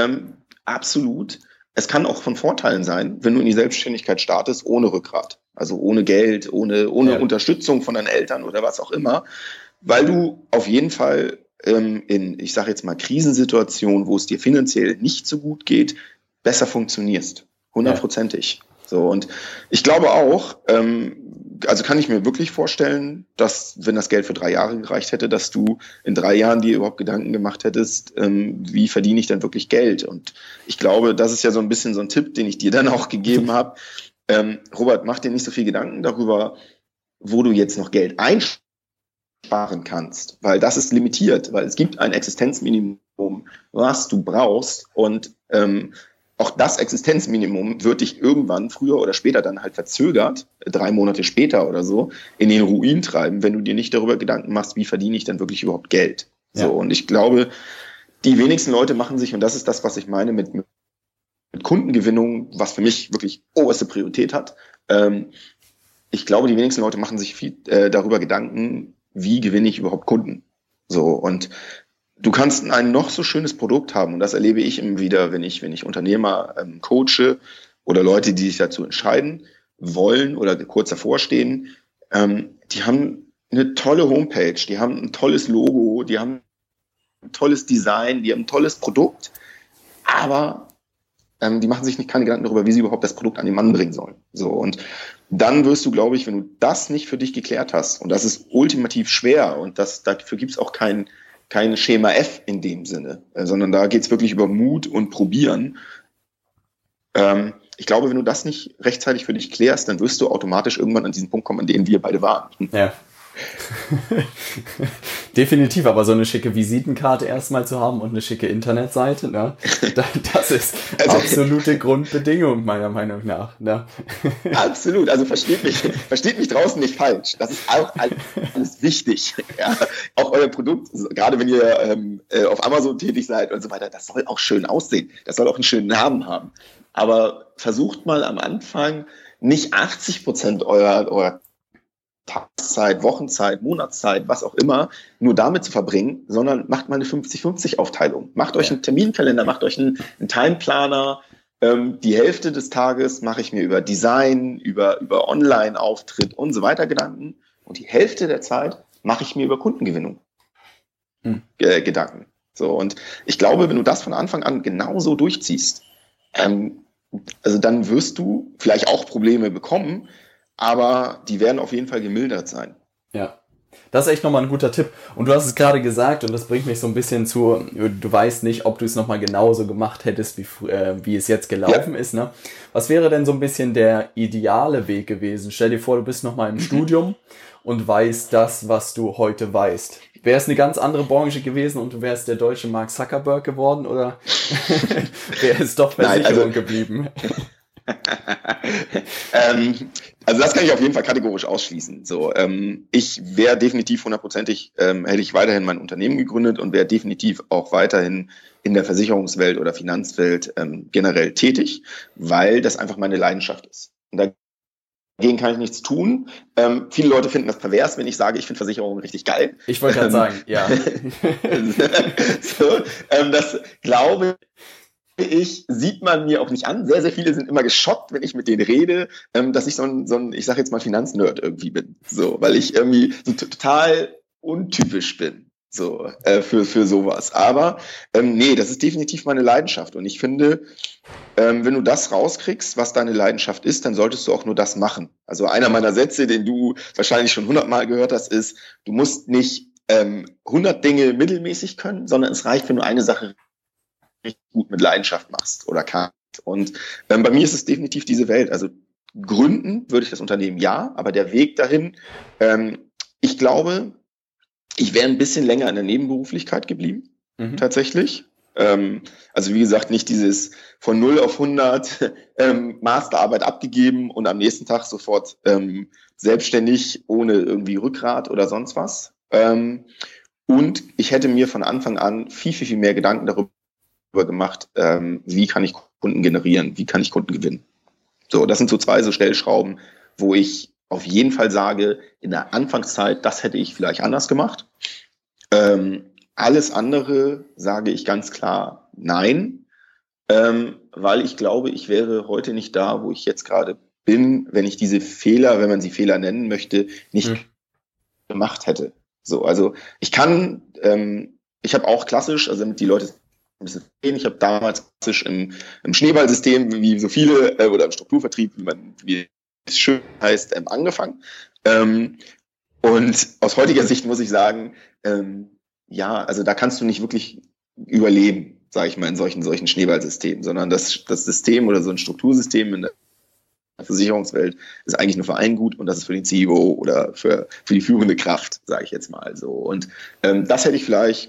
absolut, es kann auch von Vorteilen sein, wenn du in die Selbstständigkeit startest, ohne Rückgrat. Also ohne Geld, ohne Unterstützung von deinen Eltern oder was auch immer. Weil du auf jeden Fall in, ich sage jetzt mal, Krisensituationen, wo es dir finanziell nicht so gut geht, besser funktionierst. 100%ig. So, und ich glaube auch, also kann ich mir wirklich vorstellen, dass, wenn das Geld für 3 Jahre gereicht hätte, dass du in 3 Jahren dir überhaupt Gedanken gemacht hättest, wie verdiene ich denn wirklich Geld? Und ich glaube, das ist ja so ein bisschen so ein Tipp, den ich dir dann auch gegeben habe. Robert, mach dir nicht so viel Gedanken darüber, wo du jetzt noch Geld einsparen kannst, weil das ist limitiert, weil es gibt ein Existenzminimum, was du brauchst, und auch das Existenzminimum wird dich irgendwann früher oder später dann halt verzögert, 3 Monate später oder so, in den Ruin treiben, wenn du dir nicht darüber Gedanken machst, wie verdiene ich denn wirklich überhaupt Geld. Ja. So, und ich glaube, die wenigsten Leute machen sich, und das ist das, was ich meine mit Kundengewinnung, was für mich wirklich oberste Priorität hat, ich glaube, die wenigsten Leute machen sich viel darüber Gedanken, wie gewinne ich überhaupt Kunden. So, und du kannst ein noch so schönes Produkt haben, und das erlebe ich immer wieder, wenn ich Unternehmer coache oder Leute, die sich dazu entscheiden wollen oder kurz davor stehen, die haben eine tolle Homepage, die haben ein tolles Logo, die haben ein tolles Design, die haben ein tolles Produkt, aber die machen sich keine Gedanken darüber, wie sie überhaupt das Produkt an den Mann bringen sollen. So, und dann wirst du, glaube ich, wenn du das nicht für dich geklärt hast, und das ist ultimativ schwer, und dafür gibt es auch kein Schema F in dem Sinne, sondern da geht es wirklich über Mut und Probieren. Ich glaube, wenn du das nicht rechtzeitig für dich klärst, dann wirst du automatisch irgendwann an diesen Punkt kommen, an dem wir beide waren. Ja. Definitiv, aber so eine schicke Visitenkarte erstmal zu haben und eine schicke Internetseite, ne? Das ist absolute Grundbedingung meiner Meinung nach. Ne? Absolut, also versteht mich draußen nicht falsch. Das ist auch alles wichtig. Ja? Auch euer Produkt, gerade wenn ihr auf Amazon tätig seid und so weiter, das soll auch schön aussehen. Das soll auch einen schönen Namen haben. Aber versucht mal am Anfang nicht 80% eurer Tageszeit, Wochenzeit, Monatszeit, was auch immer, nur damit zu verbringen, sondern macht mal eine 50-50-Aufteilung. Macht euch einen Terminkalender, macht euch einen Timeplaner. Die Hälfte des Tages mache ich mir über Design, über Online-Auftritt und so weiter Gedanken. Und die Hälfte der Zeit mache ich mir über Kundengewinnung Gedanken. So, und ich glaube, wenn du das von Anfang an genauso durchziehst, also dann wirst du vielleicht auch Probleme bekommen, aber die werden auf jeden Fall gemildert sein. Ja, das ist echt nochmal ein guter Tipp. Und du hast es gerade gesagt, und das bringt mich so ein bisschen zu, du weißt nicht, ob du es nochmal genauso gemacht hättest, wie es jetzt gelaufen ist. Ne? Was wäre denn so ein bisschen der ideale Weg gewesen? Stell dir vor, du bist nochmal im Studium und weißt das, was du heute weißt. Wäre es eine ganz andere Branche gewesen und du wärst der deutsche Mark Zuckerberg geworden, oder wäre es doch Versicherung geblieben? Also das kann ich auf jeden Fall kategorisch ausschließen. So, ich wäre definitiv 100%, hätte ich weiterhin mein Unternehmen gegründet und wäre definitiv auch weiterhin in der Versicherungswelt oder Finanzwelt generell tätig, weil das einfach meine Leidenschaft ist. Und dagegen kann ich nichts tun. Viele Leute finden das pervers, wenn ich sage, ich finde Versicherungen richtig geil. Ich wollte gerade sagen, ja. So, das glaube sieht man mir auch nicht an. Sehr, sehr viele sind immer geschockt, wenn ich mit denen rede, dass ich so ein, ich sage jetzt mal Finanznerd irgendwie bin. So, weil ich irgendwie so total untypisch bin. So, für sowas. Aber nee, das ist definitiv meine Leidenschaft. Und ich finde, wenn du das rauskriegst, was deine Leidenschaft ist, dann solltest du auch nur das machen. Also einer meiner Sätze, den du wahrscheinlich schon 100-mal gehört hast, ist, du musst nicht 100 Dinge mittelmäßig können, sondern es reicht, wenn du eine Sache richtig gut mit Leidenschaft machst oder kannst. Und bei mir ist es definitiv diese Welt. Also gründen würde ich das Unternehmen ja, aber der Weg dahin, ich glaube, ich wäre ein bisschen länger in der Nebenberuflichkeit geblieben, tatsächlich. Also wie gesagt, nicht dieses von 0 auf 100 Masterarbeit abgegeben und am nächsten Tag sofort selbstständig, ohne irgendwie Rückgrat oder sonst was. Und ich hätte mir von Anfang an viel, viel, viel mehr Gedanken darüber gemacht, wie kann ich Kunden generieren, wie kann ich Kunden gewinnen. So, das sind so zwei so Stellschrauben, wo ich auf jeden Fall sage, in der Anfangszeit, das hätte ich vielleicht anders gemacht. Alles andere sage ich ganz klar nein, weil ich glaube, ich wäre heute nicht da, wo ich jetzt gerade bin, wenn ich diese Fehler, wenn man sie Fehler nennen möchte, nicht gemacht hätte. So, also ich kann, ich habe auch klassisch, also damit die Leute ein bisschen sehen, ich habe damals klassisch im Schneeballsystem, wie so viele, oder im Strukturvertrieb, wie es schön heißt, angefangen. Und aus heutiger Sicht muss ich sagen, ja, also da kannst du nicht wirklich überleben, sage ich mal, in solchen Schneeballsystemen, sondern das System oder so ein Struktursystem in der Versicherungswelt ist eigentlich nur für einen gut und das ist für den CEO oder für die führende Kraft, sage ich jetzt mal so. Und das hätte ich vielleicht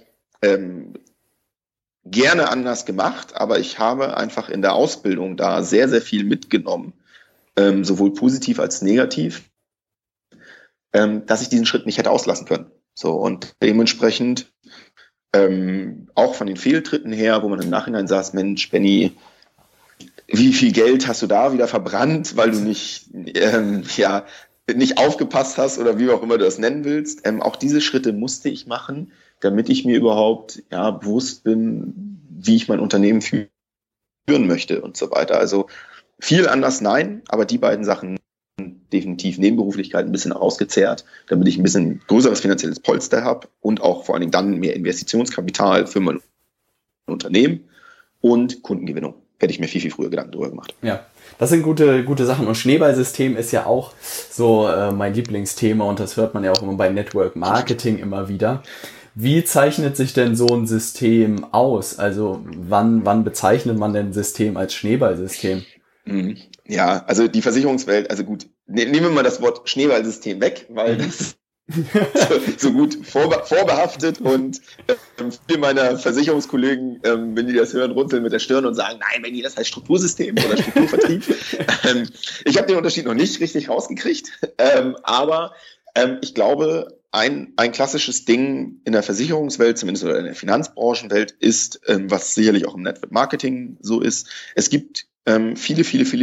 gerne anders gemacht, aber ich habe einfach in der Ausbildung da sehr, sehr viel mitgenommen, sowohl positiv als negativ, dass ich diesen Schritt nicht hätte auslassen können. So, und dementsprechend auch von den Fehltritten her, wo man im Nachhinein sagt, Mensch, Benny, wie viel Geld hast du da wieder verbrannt, weil du nicht nicht aufgepasst hast oder wie auch immer du das nennen willst. Auch diese Schritte musste ich machen, damit ich mir überhaupt bewusst bin, wie ich mein Unternehmen führen möchte und so weiter. Also viel anders nein, aber die beiden Sachen definitiv Nebenberuflichkeit ein bisschen ausgezehrt, damit ich ein bisschen größeres finanzielles Polster habe und auch vor allen Dingen dann mehr Investitionskapital für mein Unternehmen und Kundengewinnung. Hätte ich mir viel, viel früher Gedanken darüber gemacht. Ja, das sind gute Sachen. Und Schneeballsystem ist ja auch so mein Lieblingsthema und das hört man ja auch immer bei Network Marketing immer wieder. Wie zeichnet sich denn so ein System aus? Also wann bezeichnet man denn ein System als Schneeballsystem? Ja, also die Versicherungswelt, also gut, nehmen wir mal das Wort Schneeballsystem weg, weil das ist so gut vorbehaftet und viele meiner Versicherungskollegen, wenn die das hören, runzeln mit der Stirn und sagen, nein, Benni, das heißt Struktursystem oder Strukturvertrieb. Ich habe den Unterschied noch nicht richtig rausgekriegt, aber ich glaube, ein klassisches Ding in der Versicherungswelt, zumindest oder in der Finanzbranchenwelt, ist, was sicherlich auch im Network Marketing so ist, es gibt viele,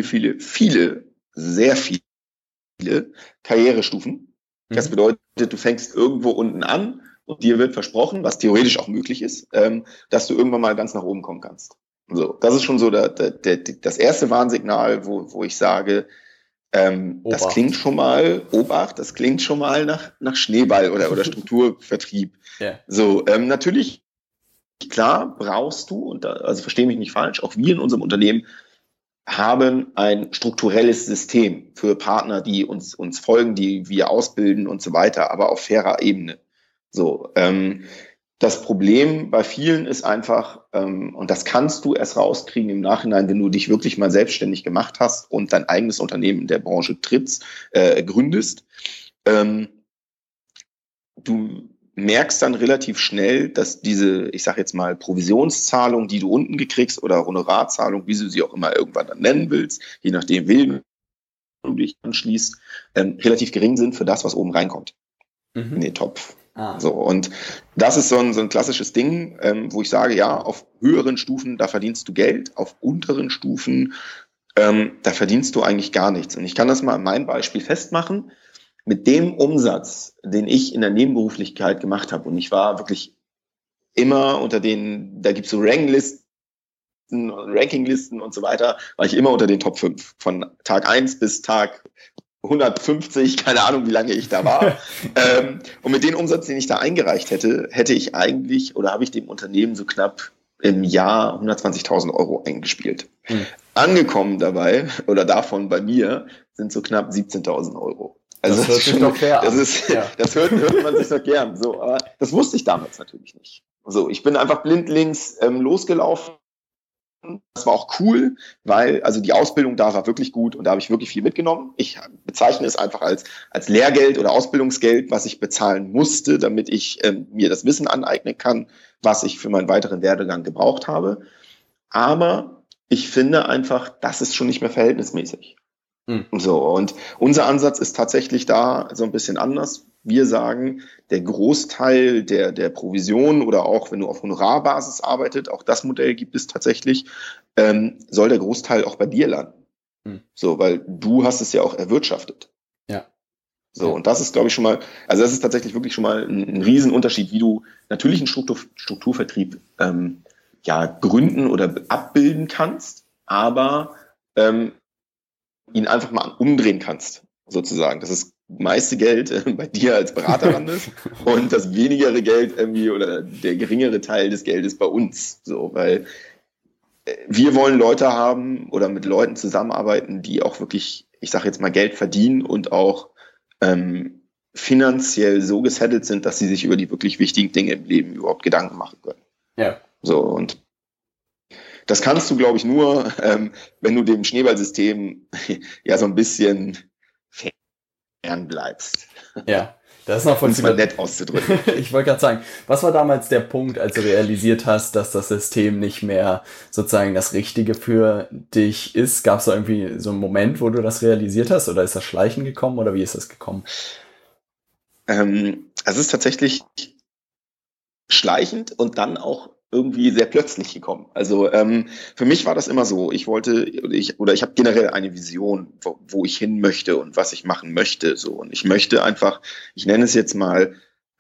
sehr viele Karrierestufen. Das bedeutet, du fängst irgendwo unten an und dir wird versprochen, was theoretisch auch möglich ist, dass du irgendwann mal ganz nach oben kommen kannst. So, das ist schon so das erste Warnsignal, wo ich sage, das klingt schon mal, Obacht, das klingt schon mal nach Schneeball oder Strukturvertrieb. Yeah. So, natürlich, klar, brauchst du, und also verstehe mich nicht falsch, auch wir in unserem Unternehmen haben ein strukturelles System für Partner, die uns folgen, die wir ausbilden und so weiter, aber auf fairer Ebene. So, das Problem bei vielen ist einfach, und das kannst du erst rauskriegen im Nachhinein, wenn du dich wirklich mal selbstständig gemacht hast und dein eigenes Unternehmen in der Branche gründest. Du merkst dann relativ schnell, dass diese, ich sage jetzt mal, Provisionszahlung, die du unten gekriegst oder Honorarzahlung, wie du sie auch immer irgendwann dann nennen willst, je nachdem, wem du dich anschließt, relativ gering sind für das, was oben reinkommt in den Topf. So, und das ist so ein klassisches Ding, wo ich sage, ja, auf höheren Stufen, da verdienst du Geld, auf unteren Stufen, da verdienst du eigentlich gar nichts. Und ich kann das mal an meinem Beispiel festmachen. Mit dem Umsatz, den ich in der Nebenberuflichkeit gemacht habe, und ich war wirklich immer unter da gibt es so Rankinglisten und so weiter, war ich immer unter den Top 5. Von Tag 1 bis Tag 150, keine Ahnung, wie lange ich da war. Und mit dem Umsatz, den ich da eingereicht hätte ich eigentlich, oder habe ich dem Unternehmen so knapp im Jahr 120.000 Euro eingespielt. Angekommen dabei, oder davon bei mir, sind so knapp 17.000 Euro. Also das hört sich doch fair an. Das hört man sich doch gern. So, aber das wusste ich damals natürlich nicht. So, ich bin einfach blindlings losgelaufen. Das war auch cool, weil also die Ausbildung da war wirklich gut und da habe ich wirklich viel mitgenommen. Ich bezeichne es einfach als Lehrgeld oder Ausbildungsgeld, was ich bezahlen musste, damit ich mir das Wissen aneignen kann, was ich für meinen weiteren Werdegang gebraucht habe. Aber ich finde einfach, das ist schon nicht mehr verhältnismäßig. So, und unser Ansatz ist tatsächlich da so ein bisschen anders. Wir sagen, der Großteil der Provision oder auch wenn du auf Honorarbasis arbeitest, auch das Modell gibt es tatsächlich, soll der Großteil auch bei dir landen. So, weil du hast es ja auch erwirtschaftet. Ja. So, und das ist, glaube ich, schon mal, also das ist tatsächlich wirklich schon mal ein Riesenunterschied, wie du natürlich einen Strukturvertrieb gründen oder abbilden kannst, aber ihn einfach mal umdrehen kannst, sozusagen. Das ist meiste Geld bei dir als Berater landet und das wenigere Geld irgendwie oder der geringere Teil des Geldes bei uns. So, weil wir wollen Leute haben oder mit Leuten zusammenarbeiten, die auch wirklich, ich sage jetzt mal, Geld verdienen und auch finanziell so gesettelt sind, dass sie sich über die wirklich wichtigen Dinge im Leben überhaupt Gedanken machen können. Ja. So, und das kannst du, glaube ich, nur, wenn du dem Schneeballsystem ja so ein bisschen fern bleibst. Ja, das ist noch von mal nett auszudrücken. Ich wollte gerade sagen, was war damals der Punkt, als du realisiert hast, dass das System nicht mehr sozusagen das Richtige für dich ist? Gab es da irgendwie so einen Moment, wo du das realisiert hast oder ist das Schleichen gekommen oder wie ist das gekommen? Es ist tatsächlich schleichend und dann auch irgendwie sehr plötzlich gekommen. Also für mich war das immer so. Ich habe generell eine Vision, wo ich hin möchte und was ich machen möchte. So, und ich möchte einfach, ich nenne es jetzt mal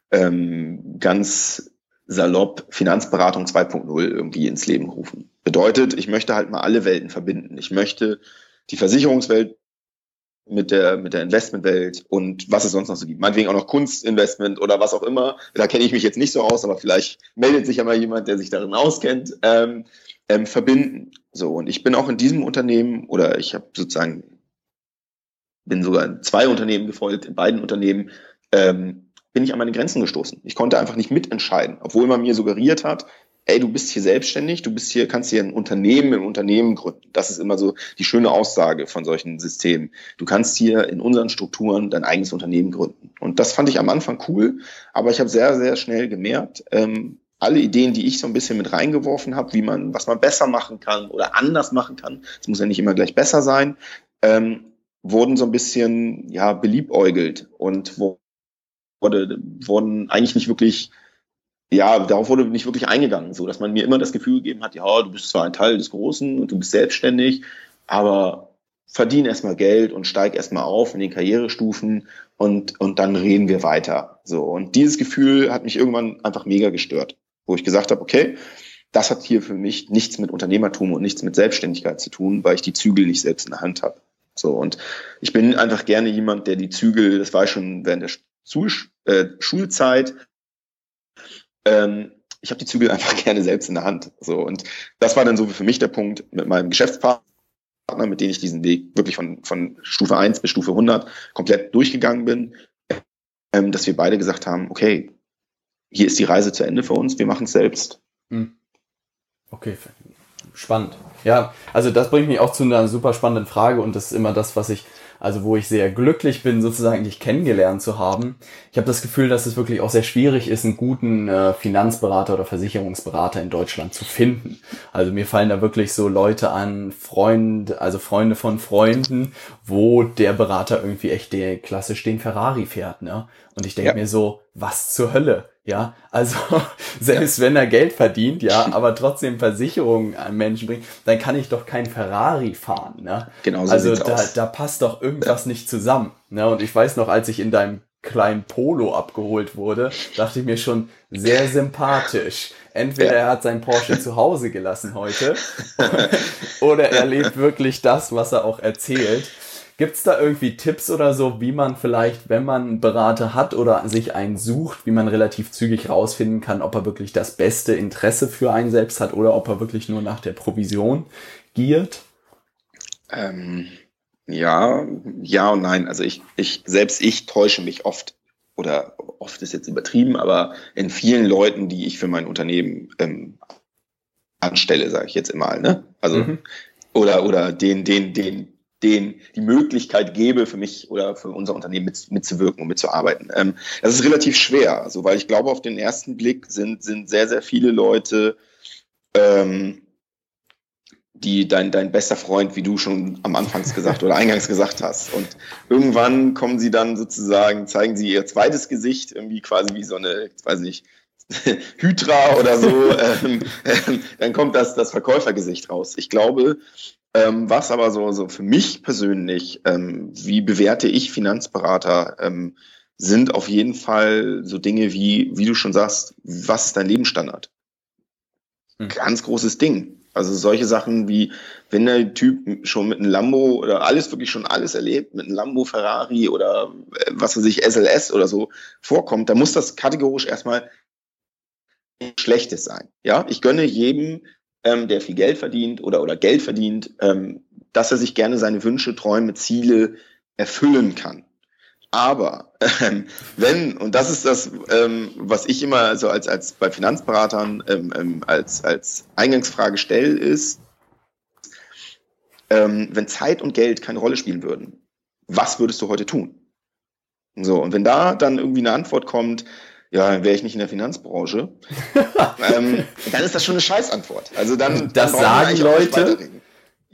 ganz salopp, Finanzberatung 2.0 irgendwie ins Leben rufen. Bedeutet, ich möchte halt mal alle Welten verbinden. Ich möchte die Versicherungswelt mit der Investmentwelt und was es sonst noch so gibt. Meinetwegen auch noch Kunstinvestment oder was auch immer. Da kenne ich mich jetzt nicht so aus, aber vielleicht meldet sich ja mal jemand, der sich darin auskennt, verbinden. So, und ich bin auch in diesem Unternehmen oder ich habe bin sogar in 2 Unternehmen gefolgt, in beiden Unternehmen bin ich an meine Grenzen gestoßen. Ich konnte einfach nicht mitentscheiden, obwohl man mir suggeriert hat, ey, du bist hier selbstständig, kannst hier ein Unternehmen im Unternehmen gründen. Das ist immer so die schöne Aussage von solchen Systemen. Du kannst hier in unseren Strukturen dein eigenes Unternehmen gründen. Und das fand ich am Anfang cool, aber ich habe sehr, sehr schnell gemerkt, alle Ideen, die ich so ein bisschen mit reingeworfen habe, was man besser machen kann oder anders machen kann, es muss ja nicht immer gleich besser sein, wurden so ein bisschen beliebäugelt und wurden eigentlich nicht wirklich, darauf wurde nicht wirklich eingegangen, so dass man mir immer das Gefühl gegeben hat, du bist zwar ein Teil des Großen und du bist selbstständig, aber verdien erstmal Geld und steig erstmal auf in den Karrierestufen und dann reden wir weiter. So, und dieses Gefühl hat mich irgendwann einfach mega gestört, wo ich gesagt habe, okay, das hat hier für mich nichts mit Unternehmertum und nichts mit Selbstständigkeit zu tun, weil ich die Zügel nicht selbst in der Hand habe. So, und ich bin einfach gerne jemand, der die Zügel, das war ich schon während der Schulzeit, ich habe die Zügel einfach gerne selbst in der Hand. So, und das war dann so für mich der Punkt mit meinem Geschäftspartner, mit dem ich diesen Weg wirklich von Stufe 1 bis Stufe 100 komplett durchgegangen bin, dass wir beide gesagt haben, okay, hier ist die Reise zu Ende für uns, wir machen es selbst. Okay, spannend. Ja, also das bringt mich auch zu einer super spannenden Frage und das ist immer das, wo ich sehr glücklich bin, sozusagen dich kennengelernt zu haben. Ich habe das Gefühl, dass es wirklich auch sehr schwierig ist, einen guten Finanzberater oder Versicherungsberater in Deutschland zu finden. Also mir fallen da wirklich so Leute an, Freunde von Freunden, wo der Berater irgendwie echt klassisch den Ferrari fährt, ne? Und ich denke mir so, was zur Hölle? Ja, also selbst wenn er Geld verdient, aber trotzdem Versicherungen an Menschen bringt, dann kann ich doch kein Ferrari fahren, ne? Genau so also sieht's aus. Da passt doch irgendwas nicht zusammen, ne? Und ich weiß noch, als ich in deinem kleinen Polo abgeholt wurde, dachte ich mir schon, sehr sympathisch. Entweder er hat sein Porsche zu Hause gelassen heute oder er lebt wirklich das, was er auch erzählt. Gibt's da irgendwie Tipps oder so, wie man vielleicht, wenn man einen Berater hat oder sich einen sucht, wie man relativ zügig rausfinden kann, ob er wirklich das beste Interesse für einen selbst hat oder ob er wirklich nur nach der Provision giert? Ja und nein. Also ich täusche mich oft, oder oft ist jetzt übertrieben, aber in vielen Leuten, die ich für mein Unternehmen anstelle, sage ich jetzt immer, ne? Also oder denen die Möglichkeit gebe, für mich oder für unser Unternehmen mitzuwirken und mitzuarbeiten. Das ist relativ schwer, also, weil ich glaube, auf den ersten Blick sind sehr, sehr viele Leute, die dein bester Freund, wie du schon am Anfangs gesagt oder eingangs gesagt hast. Und irgendwann kommen sie dann sozusagen, zeigen sie ihr zweites Gesicht, irgendwie quasi wie so eine, ich weiß nicht, Hydra oder so, dann kommt das Verkäufergesicht raus. Ich glaube, was aber so für mich persönlich, wie bewerte ich Finanzberater, sind auf jeden Fall so Dinge wie du schon sagst, was ist dein Lebensstandard? Ganz großes Ding. Also solche Sachen wie, wenn der Typ schon mit einem Lambo oder wirklich schon alles erlebt, mit einem Lambo, Ferrari oder was weiß ich, SLS oder so vorkommt, dann muss das kategorisch erstmal Schlechtes sein. Ja, ich gönne jedem, der viel Geld verdient oder Geld verdient, dass er sich gerne seine Wünsche, Träume, Ziele erfüllen kann. Aber und das ist das, was ich immer so als bei Finanzberatern als Eingangsfrage stelle, ist, wenn Zeit und Geld keine Rolle spielen würden, was würdest du heute tun? So, und wenn da dann irgendwie eine Antwort kommt, ja, wäre ich nicht in der Finanzbranche, dann ist das schon eine Scheißantwort. Also dann das sagen Leute.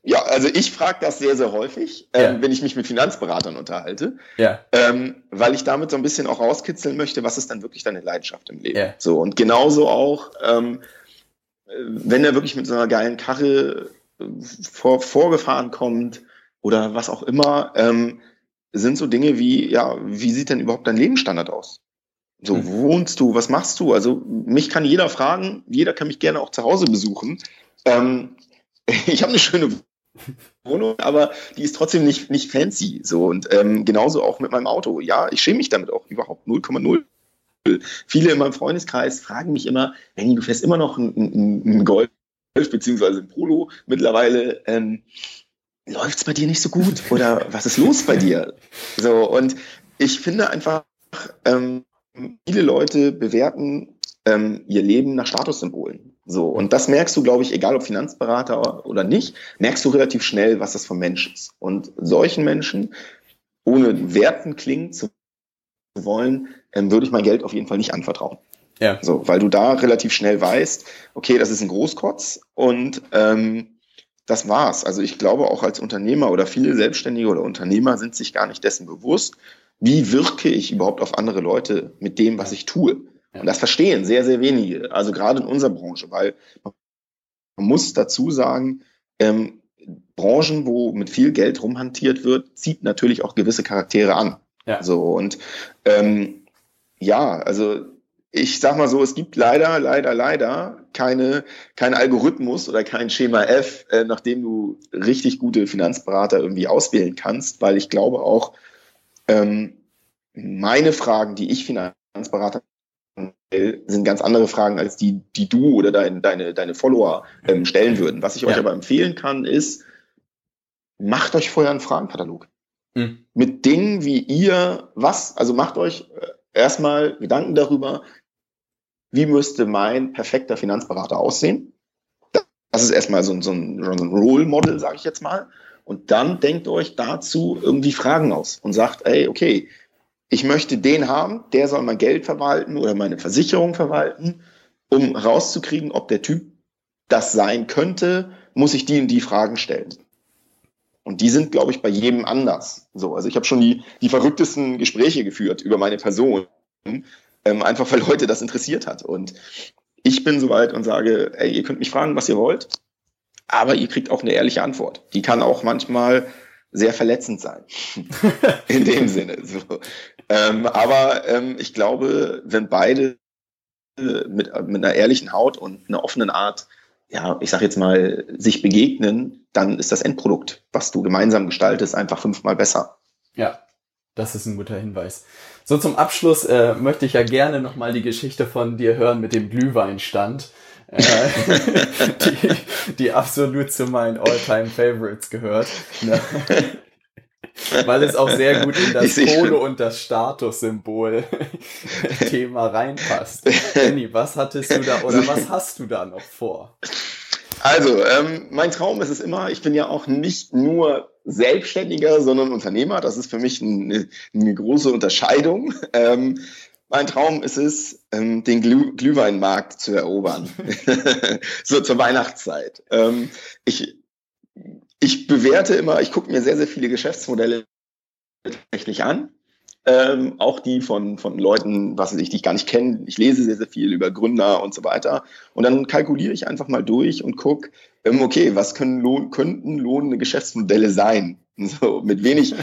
Ja, also ich frage das sehr, sehr häufig, Ja. wenn ich mich mit Finanzberatern unterhalte, Ja, weil ich damit so ein bisschen auch rauskitzeln möchte, was ist dann wirklich deine Leidenschaft im Leben. ja, So, und genauso auch, wenn er wirklich mit so einer geilen Karre vorgefahren kommt oder was auch immer, sind so Dinge wie, ja, wie sieht denn überhaupt dein Lebensstandard aus? So, hm. wo wohnst du? Was machst du? Also, mich kann jeder fragen, jeder kann mich gerne auch zu Hause besuchen. Ähm, ich habe eine schöne Wohnung, aber die ist trotzdem nicht fancy. So, und genauso auch mit meinem Auto. Ja, ich schäme mich damit auch überhaupt 0,0. Viele in meinem Freundeskreis fragen mich immer, Benni, du fährst immer noch ein Golf beziehungsweise ein Polo mittlerweile. Läuft's bei dir nicht so gut? Oder was ist los bei dir? So, und ich finde einfach, viele Leute bewerten ihr Leben nach Statussymbolen. So, und das merkst du, glaube ich, egal ob Finanzberater oder nicht, merkst du relativ schnell, was das für ein Mensch ist. Und solchen Menschen, ohne werten klingen zu wollen, würde ich mein Geld auf jeden Fall nicht anvertrauen. Ja, So, weil du da relativ schnell weißt, okay, das ist ein Großkotz und das war's. Also ich glaube auch als Unternehmer oder viele Selbstständige oder Unternehmer sind sich gar nicht dessen bewusst, wie wirke ich überhaupt auf andere Leute mit dem, was ich tue. ja, Und das verstehen sehr, sehr wenige. Also gerade in unserer Branche, weil man muss dazu sagen, Branchen, wo mit viel Geld rumhantiert wird, zieht natürlich auch gewisse Charaktere an. ja, So und ja, also ich sag mal so, es gibt leider kein Algorithmus oder kein Schema F, nach dem du richtig gute Finanzberater irgendwie auswählen kannst, weil ich glaube auch, meine Fragen, die ich Finanzberater stelle, sind ganz andere Fragen als die du oder deine Follower stellen würden. Was ich euch ja. aber empfehlen kann, ist, macht euch vorher einen Fragenkatalog. Hm. Mit Dingen, wie ihr also macht euch erstmal Gedanken darüber, wie müsste mein perfekter Finanzberater aussehen. Das ist erstmal so ein Role Model, sage ich jetzt mal. Und dann denkt euch dazu irgendwie Fragen aus und sagt, ey, okay, ich möchte den haben, der soll mein Geld verwalten oder meine Versicherung verwalten, um rauszukriegen, ob der Typ das sein könnte, muss ich die und die Fragen stellen. Und die sind, glaube ich, bei jedem anders. So, also ich habe schon die verrücktesten Gespräche geführt über meine Person, einfach weil Leute das interessiert hat. Und ich bin soweit und sage, ey, ihr könnt mich fragen, was ihr wollt, aber ihr kriegt auch eine ehrliche Antwort. Die kann auch manchmal sehr verletzend sein. In dem Sinne. So. Aber ich glaube, wenn beide mit einer ehrlichen Haut und einer offenen Art, ja, ich sag jetzt mal, sich begegnen, dann ist das Endprodukt, was du gemeinsam gestaltest, einfach 5-mal besser. Ja, das ist ein guter Hinweis. So, zum Abschluss möchte ich ja gerne nochmal die Geschichte von dir hören mit dem Glühweinstand, die absolut zu meinen All-Time-Favorites gehört. Ne? Weil es auch sehr gut in das Polo- und das Statussymbol-Thema reinpasst. Benni, was hattest du da oder was hast du da noch vor? Also, mein Traum ist es immer, ich bin ja auch nicht nur Selbstständiger, sondern Unternehmer. Das ist für mich eine große Unterscheidung. Mein Traum ist es, den Glühweinmarkt zu erobern. So zur Weihnachtszeit. Ich bewerte immer, ich gucke mir sehr, sehr viele Geschäftsmodelle tatsächlich an. Auch die von Leuten, die ich gar nicht kenne. Ich lese sehr, sehr viel über Gründer und so weiter. Und dann kalkuliere ich einfach mal durch und gucke, okay, was könnten lohnende Geschäftsmodelle sein? So, mit wenig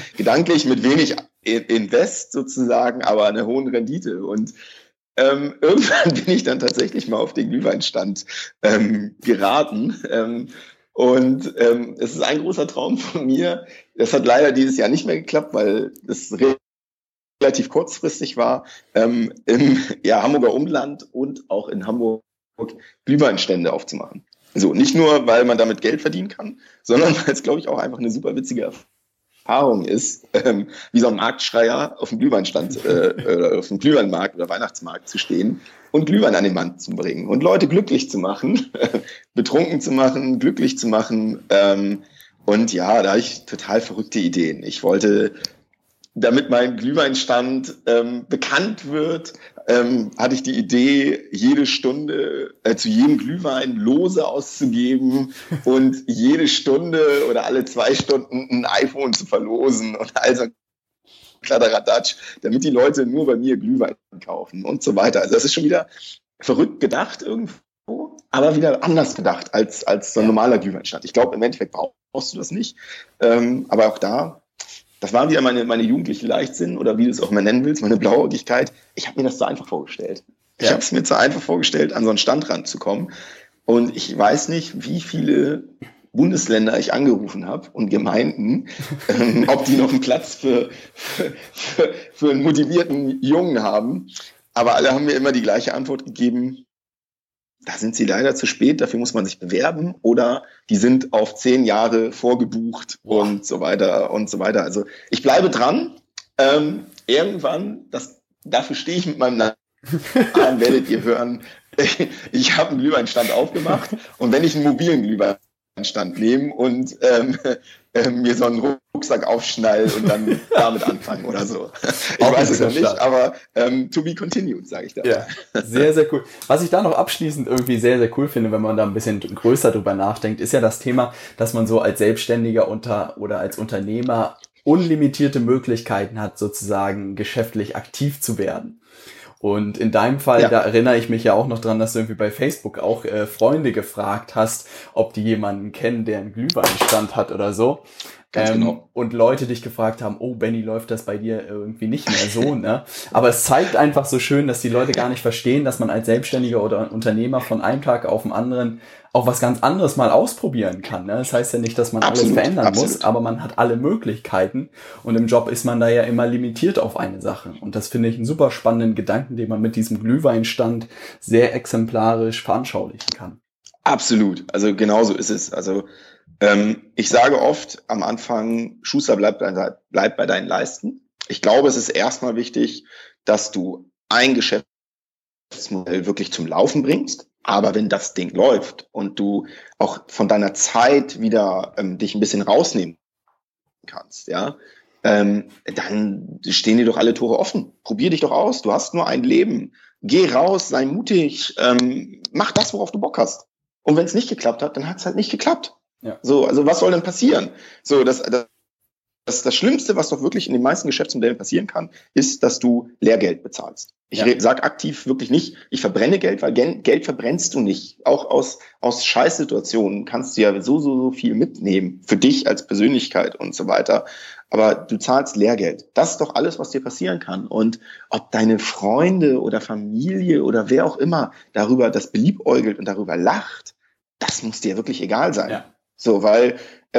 Invest sozusagen, aber einer hohen Rendite. Und irgendwann bin ich dann tatsächlich mal auf den Glühweinstand geraten. Es ist ein großer Traum von mir. Das hat leider dieses Jahr nicht mehr geklappt, weil es relativ kurzfristig war, im Hamburger Umland und auch in Hamburg Glühweinstände aufzumachen. So, nicht nur, weil man damit Geld verdienen kann, sondern weil es, glaube ich, auch einfach eine super witzige Erfahrung ist, wie so ein Marktschreier auf dem Glühweinstand oder auf dem Glühweinmarkt oder Weihnachtsmarkt zu stehen und Glühwein an den Mann zu bringen und Leute glücklich zu machen, betrunken zu machen, glücklich zu machen. Und ja, da habe ich total verrückte Ideen. Ich wollte damit mein Glühweinstand bekannt wird, hatte ich die Idee, jede Stunde zu jedem Glühwein Lose auszugeben und jede Stunde oder alle 2 Stunden ein iPhone zu verlosen und also Kladderadatsch, damit die Leute nur bei mir Glühwein kaufen und so weiter. Also das ist schon wieder verrückt gedacht irgendwo, aber wieder anders gedacht als so ein normaler Glühweinstand. Ich glaube, im Endeffekt brauchst du das nicht. Aber auch das war wieder meine jugendliche Leichtsinn oder wie du es auch mal nennen willst, meine Blauäugigkeit. Ich habe mir das so einfach vorgestellt. Ich habe es mir so einfach vorgestellt, an so einen Standrand zu kommen. Und ich weiß nicht, wie viele Bundesländer ich angerufen habe und Gemeinden, ob die noch einen Platz für einen motivierten Jungen haben. Aber alle haben mir immer die gleiche Antwort gegeben. Da sind sie leider zu spät, dafür muss man sich bewerben oder die sind auf 10 Jahre vorgebucht und so weiter und so weiter. Also ich bleibe dran. Irgendwann, dafür stehe ich mit meinem Namen, werdet ihr hören, ich habe einen Glühweinstand aufgemacht und wenn ich einen mobilen Glühweinstand nehme und mir so einen Rucksack aufschnallen und dann damit anfangen oder so. Ich weiß es noch nicht, aber to be continued, sage ich da. Ja, sehr, sehr cool. Was ich da noch abschließend irgendwie sehr, sehr cool finde, wenn man da ein bisschen größer drüber nachdenkt, ist ja das Thema, dass man so als Selbstständiger oder als Unternehmer unlimitierte Möglichkeiten hat, sozusagen geschäftlich aktiv zu werden. Und in deinem Fall, da erinnere ich mich ja auch noch dran, dass du irgendwie bei Facebook auch Freunde gefragt hast, ob die jemanden kennen, der einen Glühweinstand hat oder so. Genau. Und Leute dich gefragt haben, oh Benny, läuft das bei dir irgendwie nicht mehr so, ne? Aber es zeigt einfach so schön, dass die Leute gar nicht verstehen, dass man als Selbstständiger oder Unternehmer von einem Tag auf den anderen auch was ganz anderes mal ausprobieren kann, ne? Das heißt ja nicht, dass man alles verändern muss, aber man hat alle Möglichkeiten und im Job ist man da ja immer limitiert auf eine Sache. Und das finde ich einen super spannenden Gedanken, den man mit diesem Glühweinstand sehr exemplarisch veranschaulichen kann. Absolut, also genauso ist es. Also ich sage oft am Anfang, Schuster, bleib bei deinen Leisten. Ich glaube, es ist erstmal wichtig, dass du ein Geschäftsmodell wirklich zum Laufen bringst. Aber wenn das Ding läuft und du auch von deiner Zeit wieder dich ein bisschen rausnehmen kannst, ja, dann stehen dir doch alle Tore offen. Probier dich doch aus. Du hast nur ein Leben. Geh raus, sei mutig, mach das, worauf du Bock hast. Und wenn es nicht geklappt hat, dann hat es halt nicht geklappt. Ja. So, also was soll denn passieren? So, das Schlimmste, was doch wirklich in den meisten Geschäftsmodellen passieren kann, ist, dass du Lehrgeld bezahlst. Ich sage aktiv wirklich nicht, ich verbrenne Geld, weil Geld verbrennst du nicht. Auch aus Scheißsituationen kannst du ja so viel mitnehmen für dich als Persönlichkeit und so weiter. Aber du zahlst Lehrgeld. Das ist doch alles, was dir passieren kann. Und ob deine Freunde oder Familie oder wer auch immer darüber das beliebäugelt und darüber lacht, das muss dir wirklich egal sein. Ja. So, weil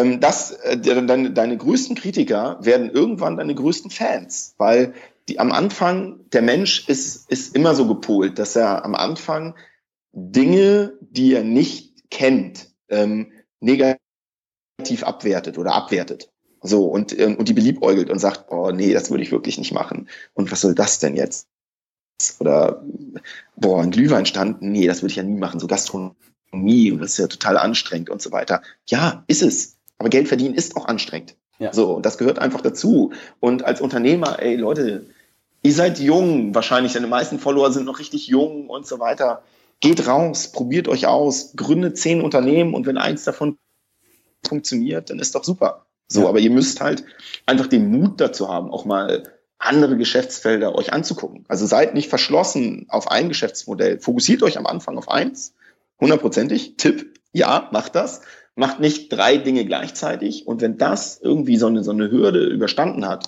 deine größten Kritiker werden irgendwann deine größten Fans, weil am Anfang, der Mensch ist immer so gepolt, dass er am Anfang Dinge, die er nicht kennt, negativ abwertet oder abwertet. So, und die beliebäugelt und sagt, oh nee, das würde ich wirklich nicht machen. Und was soll das denn jetzt? Oder, ein Glühweinstand? Nee, das würde ich ja nie machen. So Gastronomie, und das ist ja total anstrengend und so weiter. Ja, ist es. Aber Geld verdienen ist auch anstrengend. Ja. So, das gehört einfach dazu. Und als Unternehmer, ey Leute, ihr seid jung, wahrscheinlich deine meisten Follower sind noch richtig jung und so weiter. Geht raus, probiert euch aus, gründet 10 Unternehmen und wenn eins davon funktioniert, dann ist doch super. So, aber ihr müsst halt einfach den Mut dazu haben, auch mal andere Geschäftsfelder euch anzugucken. Also seid nicht verschlossen auf ein Geschäftsmodell. Fokussiert euch am Anfang auf eins. 100%ig. Tipp, ja, macht das. Macht nicht 3 Dinge gleichzeitig. Und wenn das irgendwie so eine Hürde überstanden hat,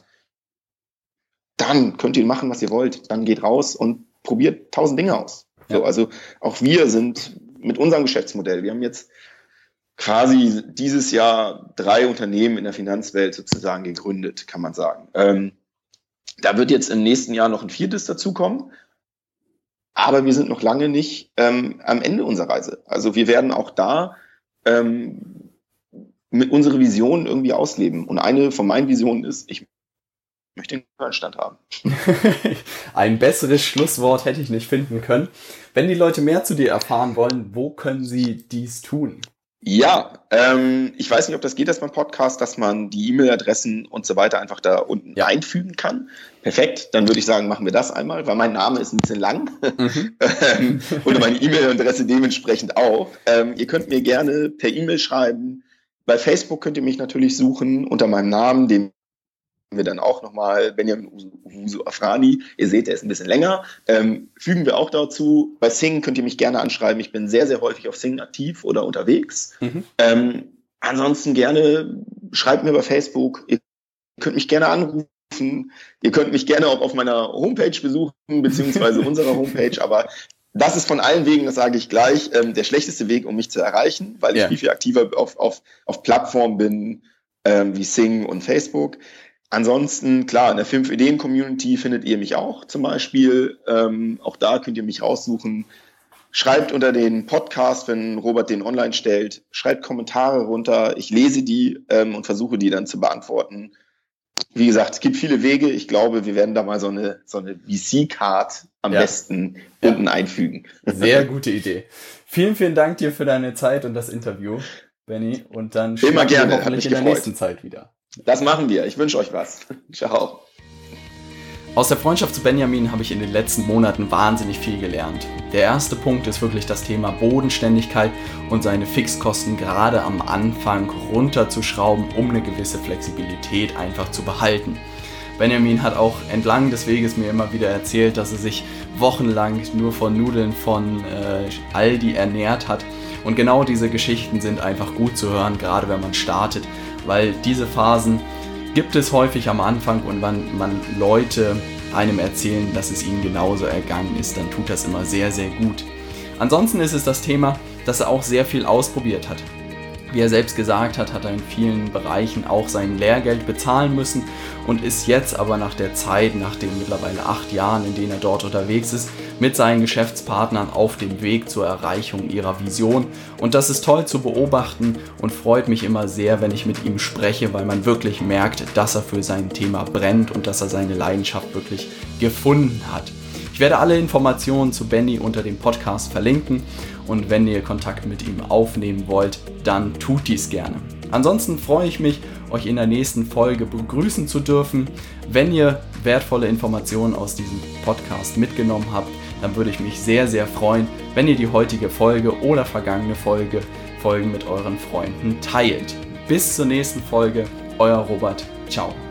dann könnt ihr machen, was ihr wollt. Dann geht raus und probiert 1000 Dinge aus. Ja. So, also auch wir sind mit unserem Geschäftsmodell, wir haben jetzt quasi dieses Jahr 3 Unternehmen in der Finanzwelt sozusagen gegründet, kann man sagen. Da wird jetzt im nächsten Jahr noch ein 4. dazukommen. Aber wir sind noch lange nicht am Ende unserer Reise. Also wir werden auch da mit unserer Vision irgendwie ausleben. Und eine von meinen Visionen ist, ich möchte den Glühweinstand haben. Ein besseres Schlusswort hätte ich nicht finden können. Wenn die Leute mehr zu dir erfahren wollen, wo können sie dies tun? Ja, ich weiß nicht, ob das geht, dass beim Podcast, dass man die E-Mail-Adressen und so weiter einfach da unten einfügen kann. Perfekt, dann würde ich sagen, machen wir das einmal, weil mein Name ist ein bisschen lang und meine E-Mail-Adresse dementsprechend auch. Ihr könnt mir gerne per E-Mail schreiben. Bei Facebook könnt ihr mich natürlich suchen unter meinem Namen, den wir dann auch nochmal Benjamin Owusu Afrani. Ihr seht, der ist ein bisschen länger. Fügen wir auch dazu. Bei Sing könnt ihr mich gerne anschreiben. Ich bin sehr, sehr häufig auf Sing aktiv oder unterwegs. Ansonsten gerne schreibt mir bei Facebook. Ihr könnt mich gerne anrufen. Ihr könnt mich gerne auch auf meiner Homepage besuchen, beziehungsweise unserer Homepage. Aber das ist von allen Wegen, das sage ich gleich, der schlechteste Weg, um mich zu erreichen, weil ich viel aktiver auf Plattformen bin, wie Sing und Facebook. Ansonsten, klar, in der 5-Ideen-Community findet ihr mich auch zum Beispiel. Auch da könnt ihr mich raussuchen. Schreibt unter den Podcast, wenn Robert den online stellt, schreibt Kommentare runter. Ich lese die und versuche die dann zu beantworten. Wie gesagt, es gibt viele Wege. Ich glaube, wir werden da mal so eine VC-Card am besten unten einfügen. Sehr gute Idee. Vielen, vielen Dank dir für deine Zeit und das Interview, Benny. Und dann sprechen wir hoffentlich in der nächsten Zeit wieder. Das machen wir. Ich wünsche euch was. Ciao. Aus der Freundschaft zu Benjamin habe ich in den letzten Monaten wahnsinnig viel gelernt. Der erste Punkt ist wirklich das Thema Bodenständigkeit und seine Fixkosten gerade am Anfang runterzuschrauben, um eine gewisse Flexibilität einfach zu behalten. Benjamin hat auch entlang des Weges mir immer wieder erzählt, dass er sich wochenlang nur von Nudeln von Aldi ernährt hat. Und genau diese Geschichten sind einfach gut zu hören, gerade wenn man startet, weil diese Phasen gibt es häufig am Anfang und wenn man Leute einem erzählen, dass es ihnen genauso ergangen ist, dann tut das immer sehr, sehr gut. Ansonsten ist es das Thema, dass er auch sehr viel ausprobiert hat. Wie er selbst gesagt hat, hat er in vielen Bereichen auch sein Lehrgeld bezahlen müssen und ist jetzt aber nach der Zeit, nach den mittlerweile 8 Jahren, in denen er dort unterwegs ist, mit seinen Geschäftspartnern auf dem Weg zur Erreichung ihrer Vision. Und das ist toll zu beobachten und freut mich immer sehr, wenn ich mit ihm spreche, weil man wirklich merkt, dass er für sein Thema brennt und dass er seine Leidenschaft wirklich gefunden hat. Ich werde alle Informationen zu Benny unter dem Podcast verlinken und wenn ihr Kontakt mit ihm aufnehmen wollt, dann tut dies gerne. Ansonsten freue ich mich, euch in der nächsten Folge begrüßen zu dürfen. Wenn ihr wertvolle Informationen aus diesem Podcast mitgenommen habt, dann würde ich mich sehr, sehr freuen, wenn ihr die heutige Folge oder vergangene Folgen mit euren Freunden teilt. Bis zur nächsten Folge, euer Robert. Ciao.